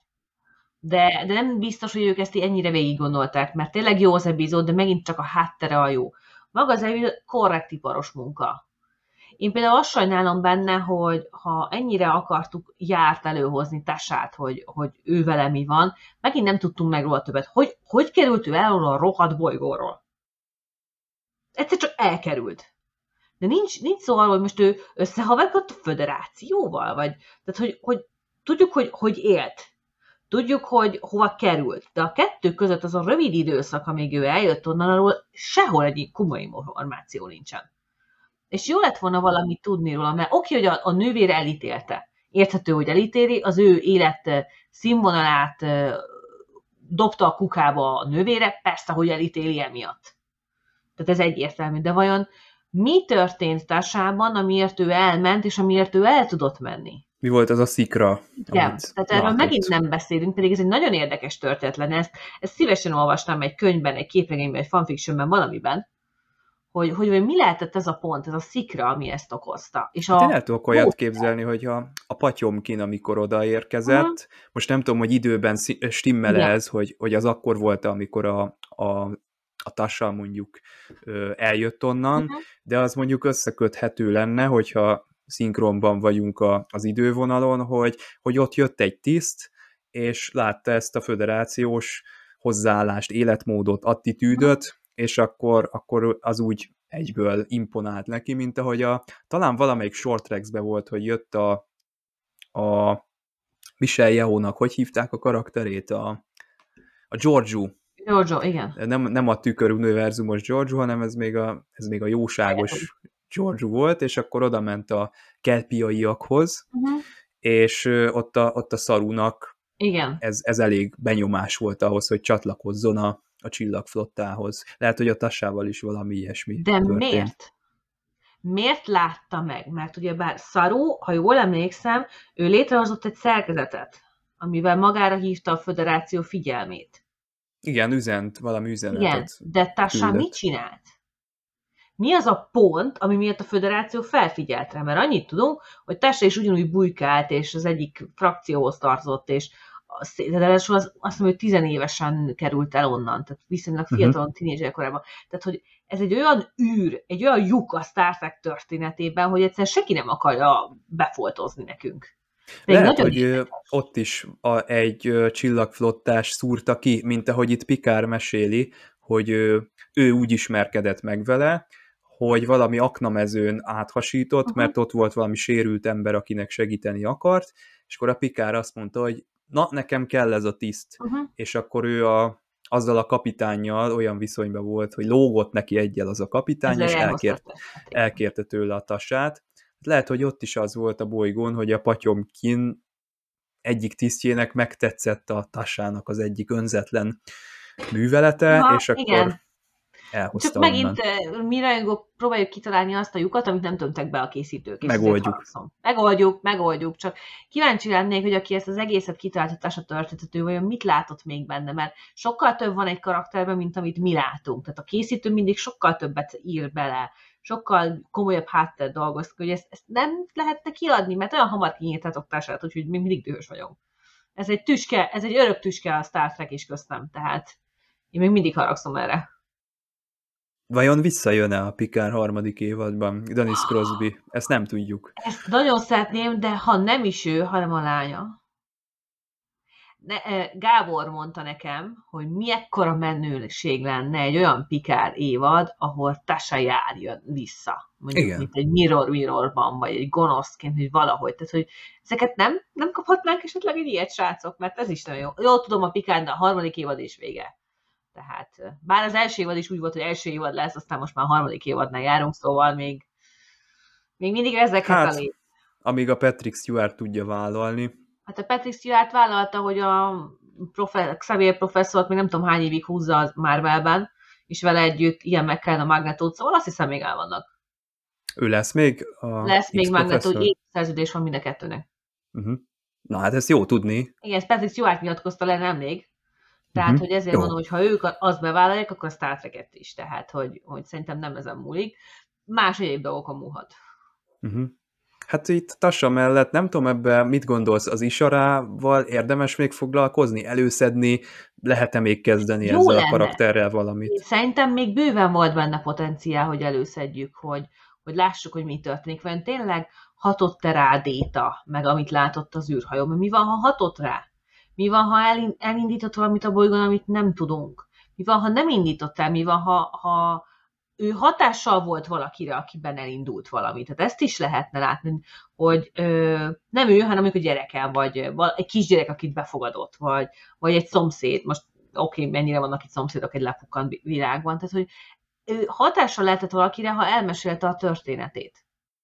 De, de nem biztos, hogy ők ezt ennyire végig gondolták, mert tényleg jó az epizód, de megint csak a háttere a jó. Maga az epizód korrekt iparos munka. Én például azt sajnálom benne, hogy ha ennyire akartuk Járt előhozni Tasát, hogy, hogy ő vele mi van, megint nem tudtunk meg róla többet. Hogy, hogy került ő el a rohadt bolygóról? Egyszer csak elkerült. De nincs, nincs szó arról, hogy most ő összehaverkodott a föderációval, vagy tehát, hogy, hogy tudjuk, hogy, hogy élt. Tudjuk, hogy hova került. De a kettő között az a rövid időszak, amíg ő eljött onnan, arról sehol egy komoly információ nincsen. És jó lett volna valamit tudni róla, mert oké, hogy a, a nővére elítélte. Érthető, hogy elítéli, az ő élet színvonalát dobta a kukába a nővére, persze, hogy elítéli emiatt. Tehát ez egyértelmű. De vajon mi történt Tasában, amiért ő elment, és amiért ő el tudott menni?
Mi volt az a szikra?
Igen, tehát erről megint nem beszélünk, pedig ez egy nagyon érdekes történet lenne. Ezt, ezt szívesen olvasnám egy könyvben, egy képregényben, egy fanfictionben, valamiben, hogy, hogy mi lehetett ez a pont, ez a szikra, ami ezt okozta. És
hát
a...
én el tudok olyat képzelni, hogy a, a Patyomkin, amikor odaérkezett, uh-huh. most nem tudom, hogy időben stimmel
Igen.
ez, hogy, hogy az akkor volt, amikor a, a, a Tasha mondjuk eljött onnan, uh-huh. de az mondjuk összeköthető lenne, hogyha szinkronban vagyunk a, az idővonalon, hogy, hogy ott jött egy tiszt, és látta ezt a föderációs hozzáállást, életmódot, attitűdöt, és akkor, akkor az úgy egyből imponált neki, mint ahogy a, talán valamelyik Short Tracks-be volt, hogy jött a, a Michelle Yeoh-nak, hogy hívták a karakterét? A, a Giorgio.
Giorgio, igen.
Nem, nem a tüköruniverzumos Giorgio, hanem ez még a, ez még a jóságos Giorgio volt, és akkor oda ment a kelpiaiakhoz, uh-huh. és ott a, ott a Sarunak
igen.
Ez, ez elég benyomás volt ahhoz, hogy csatlakozzon a, a csillagflottához. Lehet, hogy a Tasával is valami ilyesmi
De történt. miért? Miért látta meg? Mert ugyebár Saru, ha jól emlékszem, ő létrehozott egy szerkezetet, amivel magára hívta a föderáció figyelmét.
Igen, üzent, valami üzenetet.
Igen, de Tasha mit csinált? Mi az a pont, ami miatt a föderáció felfigyelt rá? Mert annyit tudunk, hogy Tasha is ugyanúgy bujkált, és az egyik frakcióhoz tartozott, és de az, azt mondom, hogy tizenévesen került el onnan, tehát viszonylag fiatalon, uh-huh. tínédzser korában. Tehát, hogy ez egy olyan űr, egy olyan lyuk a Star Trek történetében, hogy egyszerűen senki nem akarja befoltozni nekünk. De
lehet, hogy érdekes. Ott is a, egy csillagflottás szúrta ki, mint ahogy itt Picard meséli, hogy ő, ő úgy ismerkedett meg vele, hogy valami aknamezőn áthasított, uh-huh. mert ott volt valami sérült ember, akinek segíteni akart, és akkor a Picard azt mondta, hogy na, nekem kell ez a tiszt. Uh-huh. És akkor ő a, azzal a kapitánnyal olyan viszonyban volt, hogy lógott neki egyel az a kapitány, és elkért, elkérte tőle a Tasát. Lehet, hogy ott is az volt a bolygón, hogy a Patyomkin egyik tisztjének megtetszett a Tasának az egyik önzetlen művelete, Aha, és akkor igen. elhozta
Csak onnan. Megint mi rajongók próbáljuk kitalálni azt a lyukat, amit nem tömtek be a készítők.
Megoldjuk.
Megoldjuk, megoldjuk, csak kíváncsi lennék, hogy aki ezt az egészet kitalált, hogy Tasha történetető, vajon mit látott még benne, mert sokkal több van egy karakterben, mint amit mi látunk. Tehát a készítő mindig sokkal többet ír bele, sokkal komolyabb háttér dolgozik, hogy ezt, ezt nem lehetne kiadni, mert olyan hamar kinyírtátok Tashát, úgyhogy még mindig dühös vagyok. Ez egy tüske, ez egy örök tüske a Star Trek is köztem, tehát én még mindig haragszom erre.
Vajon visszajön-e a Picard harmadik évadban? Dennis Crosby? Ezt nem tudjuk.
Ezt nagyon szeretném, de ha nem is ő, hanem a lánya. Ne, Gábor mondta nekem, hogy miekkora menőség lenne egy olyan Picard évad, ahol Tasha Yar jön vissza. Mondjuk,
Igen.
mint egy Mirror Mirrorban, vagy egy gonoszként, hogy valahogy. Tehát, hogy ezeket nem, nem kaphatnánk esetleg egy ilyet, srácok, mert ez is nagyon jó. Jól tudom, a Picard, de a harmadik évad is vége. Tehát, bár az első évad is úgy volt, hogy első évad lesz, aztán most már a harmadik évadnál járunk, szóval még, még mindig ezeket
Hát,
a lét.
amíg a Patrick Stewart tudja vállalni.
Hát a Patrick Stewart vállalta, hogy a profe- Xavier professzort még nem tudom hány évig húzza az Marvelben, és vele együtt ilyen meg kell a Magnetót, szóval azt hiszem még el vannak.
Ő lesz még a
Lesz még Magnetó,
X-professzor?
hogy szerződés van mind a kettőnek.
Uh-huh. Na hát ezt jó tudni.
Igen, ezt Patrick Stewart nyilatkozta le nemrég, tehát
Uh-huh.
hogy ezért
Jó.
mondom, hogy ha ők azt bevállalják, akkor a Star Trek-et is, tehát hogy, hogy szerintem nem ezen múlik. Más egyéb dolgokon múlhat.
Uh-huh. Hát itt Tasha mellett nem tudom ebben mit gondolsz, az Isarával érdemes még foglalkozni, előszedni, lehet-e még kezdeni
Jó
ezzel
lenne.
a karakterrel valamit?
Szerintem még bőven volt benne potenciál, hogy előszedjük, hogy, hogy lássuk, hogy mi történik. Vajon tényleg hatott-e rá Déta, meg amit látott az űrhajó? Mert mi van, ha hatott rá? Mi van, ha elin- elindított valamit a bolygón, amit nem tudunk? Mi van, ha nem indított el? Mi van, ha, ha ő hatással volt valakire, akiben elindult valami? Tehát ezt is lehetne látni, hogy ö, nem ő, hanem mondjuk a gyerekem, vagy val- egy kisgyerek, akit befogadott, vagy, vagy egy szomszéd. Most oké, okay, mennyire vannak itt szomszédok egy lepukkant világban, tehát hogy ő hatással lehetett valakire, ha elmesélte a történetét.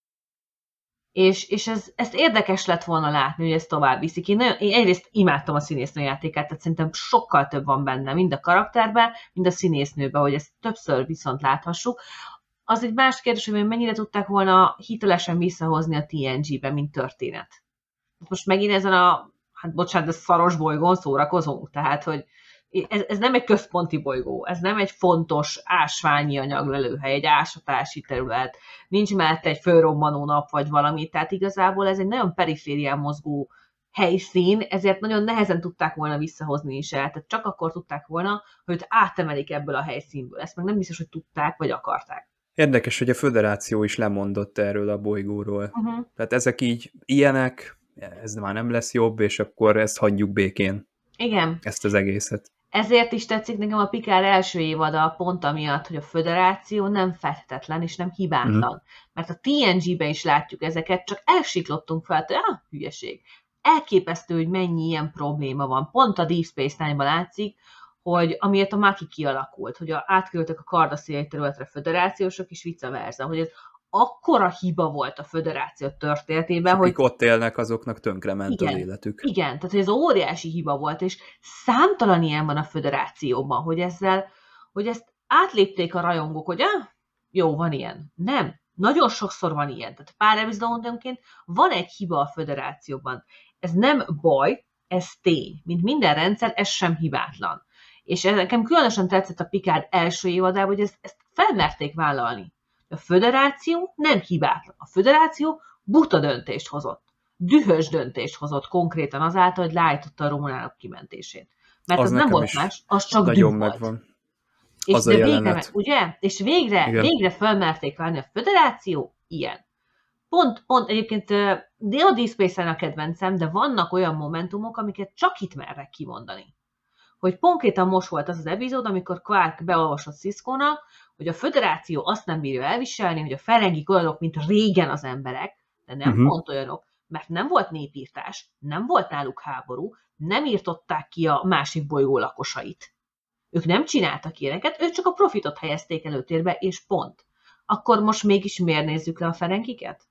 És, és ez, ezt érdekes lett volna látni, hogy ezt tovább viszik. Én, nagyon, én egyrészt imádtam a színésznő játékát, tehát szerintem sokkal több van benne, mind a karakterben, mind a színésznőben, hogy ezt többször viszont láthassuk. Az egy más kérdés, hogy mennyire tudták volna hitelesen visszahozni a té en gé-be, mint történet. Most megint ezen a, hát bocsánat, de szaros bolygón szórakozunk, tehát, hogy ez, ez nem egy központi bolygó, ez nem egy fontos ásványi anyaglelőhely, egy ásatási terület, nincs mellette egy fölrobbanó nap vagy valami, tehát igazából ez egy nagyon periférián mozgó helyszín, ezért nagyon nehezen tudták volna visszahozni is el, tehát csak akkor tudták volna, hogy őt átemelik ebből a helyszínből. Ezt meg nem biztos, hogy tudták, vagy akarták.
Érdekes, hogy a Föderáció is lemondott erről a bolygóról.
Uh-huh.
Tehát ezek így ilyenek, ez már nem lesz jobb, és akkor ezt hagyjuk békén,
Igen.
ezt az egészet.
Ezért is tetszik nekem a Picard első évada, pont amiatt, hogy a Föderáció nem feltétlen és nem hibátlan. Mm. Mert a té en gé-ben is látjuk ezeket, csak elsiklottunk fel, hogy ah, hülyeség. Elképesztő, hogy mennyi ilyen probléma van. Pont a Deep Space Nine-ban látszik, hogy amiért a Maki kialakult, hogy a, átküldtek a kardaszéli területre föderációsok, és vice versa, hogy ez akkora hiba volt a Föderáció történetében,
hogy
hogy
ott élnek, azoknak tönkrement
igen,
az életük.
Igen, tehát hogy ez óriási hiba volt, és számtalan ilyen van a Föderációban, hogy ezzel, hogy ezt átlépték a rajongók, hogy ah, jó, van ilyen. Nem. Nagyon sokszor van ilyen. Tehát pár epizódonként van egy hiba a Föderációban. Ez nem baj, ez tény. Mint minden rendszer, ez sem hibátlan. És ez nekem különösen tetszett a Picard első évadában, hogy ezt, ezt felmerték vállalni. A Föderáció nem hibátlan. A Föderáció buta döntést hozott. Dühös döntést hozott konkrétan azáltal, hogy leállította a romulánok kimentését. Mert az, az nem volt más, az csak
nagyon
düh
megvan.
volt. És
az a
végre,
jelenet.
ugye? És végre, végre felmerték válni a Föderáció ilyen. Pont, pont egyébként a Deep Space-en a kedvencem, de vannak olyan momentumok, amiket csak itt mernek kimondani. Hogy konkrétan most volt az az epizód, amikor Quark beolvasott Sisko-nak, hogy a Föderáció azt nem bírja elviselni, hogy a ferengik olyanok, mint régen az emberek, de nem uh-huh. pont olyanok, mert nem volt népírtás, nem volt náluk háború, nem írtották ki a másik bolygó lakosait. Ők nem csináltak ilyeneket, ők csak a profitot helyezték előtérbe, és pont. Akkor most mégis miért nézzük le a ferengiket?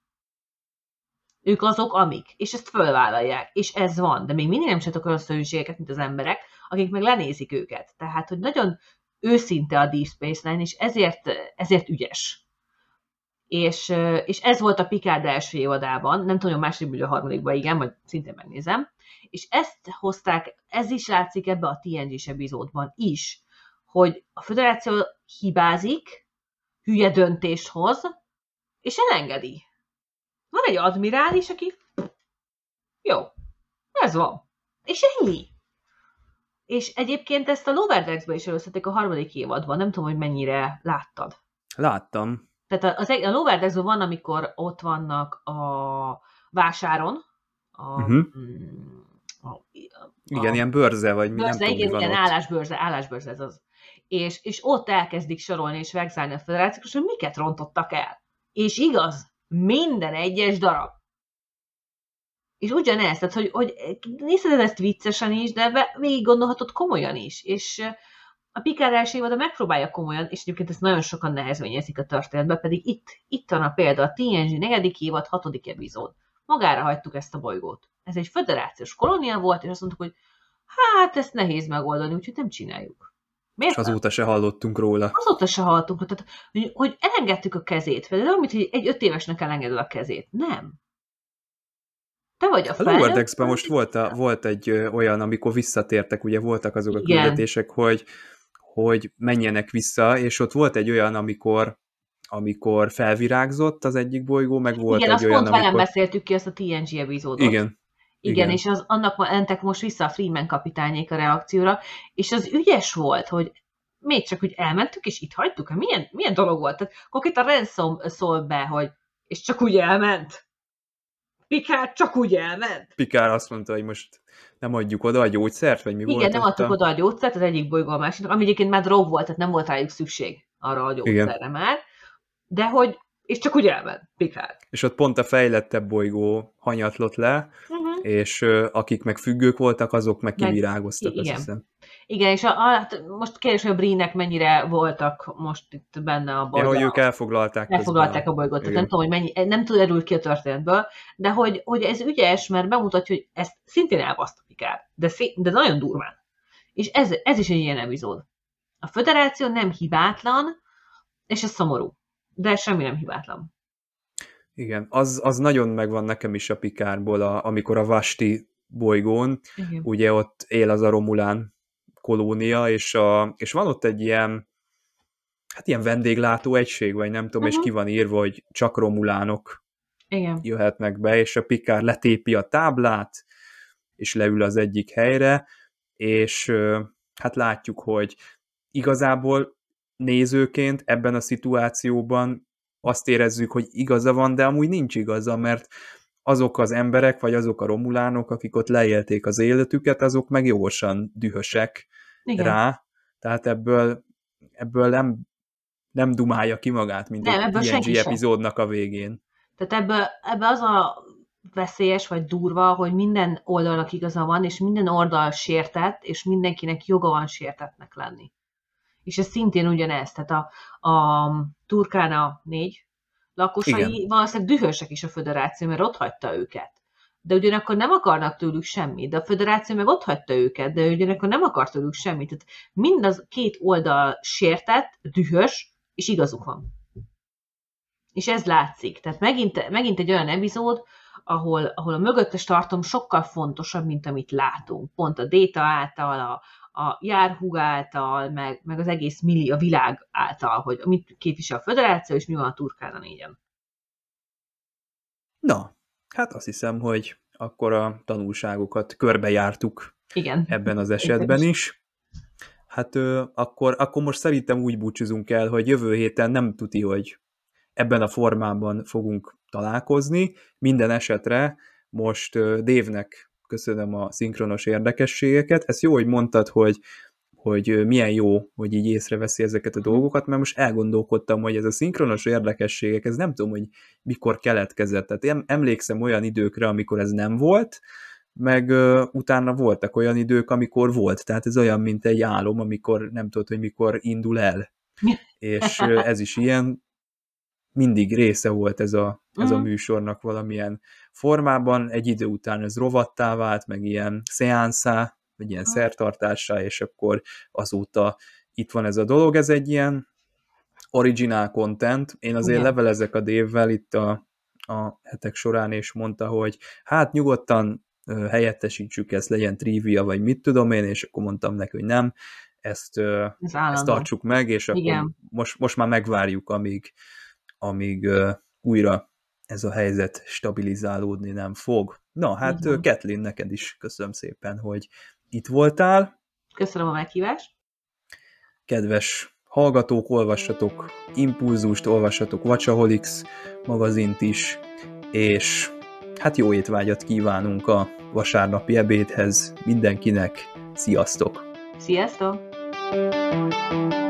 Ők azok, amik, és ezt fölvállalják, és ez van, de még mindig nem csináltak olyan szörnyűségeket, mint az emberek, akik meg lenézik őket. Tehát, hogy nagyon őszinte a Deep Space Nine, és ezért, ezért ügyes. És, és ez volt a Picard első évadában, nem tudom, a második, a harmadikban, igen, majd szintén megnézem, és ezt hozták, ez is látszik ebbe a té en gés epizódban is, hogy a Föderáció hibázik, hülye döntést hoz, és elengedi. Van egy admirális, aki jó, ez van. És ennyi. És egyébként ezt a Lower Decks-ben is előszedték a harmadik évadban, nem tudom, hogy mennyire láttad.
Láttam.
Tehát az, a Lower Decks van, amikor ott vannak a vásáron, a,
Uh-huh.
a, a,
Igen,
a
ilyen bőrze, vagy mi, nem
bőrze,
tudom, mi
igen,
van
igen,
ott.
állásbőrze, állásbőrze ez az. És, és ott elkezdik sorolni és vegzálni a föderációk, hogy miket rontottak el. És igaz, minden egyes darab. És ugyanez, tehát, hogy, hogy nézheted ezt viccesen is, de végig gondolhatod komolyan is. És a Picard első évada megpróbálja komolyan, és egyébként ezt nagyon sokan nehezményezik a történetben, pedig itt, itt van a példa, a té en gé negyedik évad, hatodik epizód. Magára hagytuk ezt a bolygót. Ez egy föderációs kolónia volt, és azt mondtuk, hogy hát ezt nehéz megoldani, úgyhogy nem csináljuk. Miért
És azóta se hallottunk róla.
Azóta se hallottunk, tehát, hogy, hogy elengedtük a kezét. Például, amit egy öt évesnek elengeded a kezét. Nem. Te vagy a
A
felnőtt.
Lower Decks-ben most volt, a, volt egy ö, olyan, amikor visszatértek, ugye voltak azok a
Igen.
küldetések, hogy, hogy menjenek vissza, és ott volt egy olyan, amikor amikor felvirágzott az egyik bolygó, meg volt
Igen,
egy
azt
olyan,
pont velem
amikor...
beszéltük ki, azt a té en gé epizódot.
Igen.
Igen,
Igen.
és az, annak mentek most vissza a Freeman kapitányék a reakcióra, és az ügyes volt, hogy még csak úgy elmentük, és itt hagytuk. Milyen, milyen dolog volt? Tehát konkrétan Ransom szól be, hogy és csak úgy elment. Picard csak úgy elment.
Picard azt mondta, hogy most nem adjuk oda a gyógyszert, vagy mi
Igen,
volt
nem
ott
adtuk
a...
oda a gyógyszert az egyik bolygó a másiknak, ami egyébként már drog volt, tehát nem volt rájuk szükség arra a gyógyszerre
Igen.
már, de hogy, és csak úgy elment Picard.
És ott pont a fejlettebb bolygó hanyatlott le,
Uh-huh.
és uh, akik meg függők voltak, azok meg
Meg-
kivirágoztak, azt
igen.
hiszem.
Igen, és a, a, hát most kérdés, hogy a Brie-nek mennyire voltak most itt benne a
Ja, hogy
bolygó.
ők elfoglalták
Elfoglalták
közben
a bolygót, tehát
igen.
nem tudom, hogy mennyi, nem tud erről ki a történetből, de hogy, hogy ez ügyes, mert bemutatja, hogy ezt szintén elbaszta Picard, de, szé- de nagyon durván. És ez, ez is egy ilyen epizód. A föderáció nem hibátlan, és ez szomorú. De semmi nem hibátlan.
Igen, az, az nagyon megvan nekem is a Picardból, a, amikor a Vashti bolygón,
Igen.
ugye ott él az a Romulán kolónia, és, a, és van ott egy ilyen, hát ilyen vendéglátó egység, vagy nem tudom, uh-huh. és ki van írva, hogy csak romulánok
Igen.
jöhetnek be, és a Picard letépi a táblát, és leül az egyik helyre, és hát látjuk, hogy igazából nézőként ebben a szituációban azt érezzük, hogy igaza van, de amúgy nincs igaza, mert azok az emberek, vagy azok a romulánok, akik ott leélték az életüket, azok meg jogosan dühösek
Igen.
rá, tehát ebből, ebből nem, nem dumálja ki magát, mint
Nem,
egy
ebből
té en gé
senki sem.
epizódnak a végén.
Tehát ebből, ebből az a veszélyes vagy durva, hogy minden oldalnak igaza van, és minden oldal sértett, és mindenkinek joga van sértettnek lenni. És ez szintén ugyanez. Tehát a, a Turkána négy lakosai
Igen.
valószínűleg dühösek is a föderáció, mert ott hagyta őket. De ugyanakkor nem akarnak tőlük semmit, de a föderáció meg ott hagyta őket, de ugyanakkor nem akar tőlük semmit. Tehát mind az két oldal sértett, dühös, és igazuk van. És ez látszik. Tehát megint, megint egy olyan epizód, ahol, ahol a mögöttes tartom sokkal fontosabb, mint amit látunk. Pont a Data által, a, a Járhug által, meg, meg az egész milli, a világ által, hogy mit képvisel a föderáció, és mi van a Turkána négyen.
Na, hát azt hiszem, hogy akkor a tanulságokat körbejártuk
Igen.
ebben az esetben is. Hát ö, akkor, akkor most szerintem úgy búcsúzunk el, hogy jövő héten nem tuti, hogy ebben a formában fogunk találkozni. Minden esetre most ö, Dave-nek köszönöm a szinkronos érdekességeket. Ez jó, hogy mondtad, hogy, hogy ö, milyen jó, hogy így észreveszi ezeket a dolgokat, mert most elgondolkodtam, hogy ez a szinkronos érdekességek, ez nem tudom, hogy mikor keletkezett. Tehát em- emlékszem olyan időkre, amikor ez nem volt, meg ö, utána voltak olyan idők, amikor volt. Tehát ez olyan, mint egy álom, amikor nem tudod, hogy mikor indul el. És ö, ez is ilyen, mindig része volt ez a, ez a műsornak valamilyen formában, egy idő után ez rovattá vált, meg ilyen szeánszá, vagy ilyen szertartássá, és akkor azóta itt van ez a dolog, ez egy ilyen original content. Én azért
Igen.
levelezek a Dave-vel itt a, a hetek során, és mondta, hogy hát nyugodtan ö, helyettesítsük ezt, legyen trivia, vagy mit tudom én, és akkor mondtam neki, hogy nem, ezt, ö,
Ez
ezt tartsuk meg, és akkor
Igen.
most, most már megvárjuk, amíg amíg uh, újra ez a helyzet stabilizálódni nem fog. Na, hát uh, Kathleen, neked is köszönöm szépen, hogy itt voltál.
Köszönöm a meghívást.
Kedves hallgatók, olvassatok Impulzust, olvassatok Watchaholics magazint is, és hát jó étvágyat kívánunk a vasárnapi ebédhez mindenkinek. Sziasztok!
Sziasztok!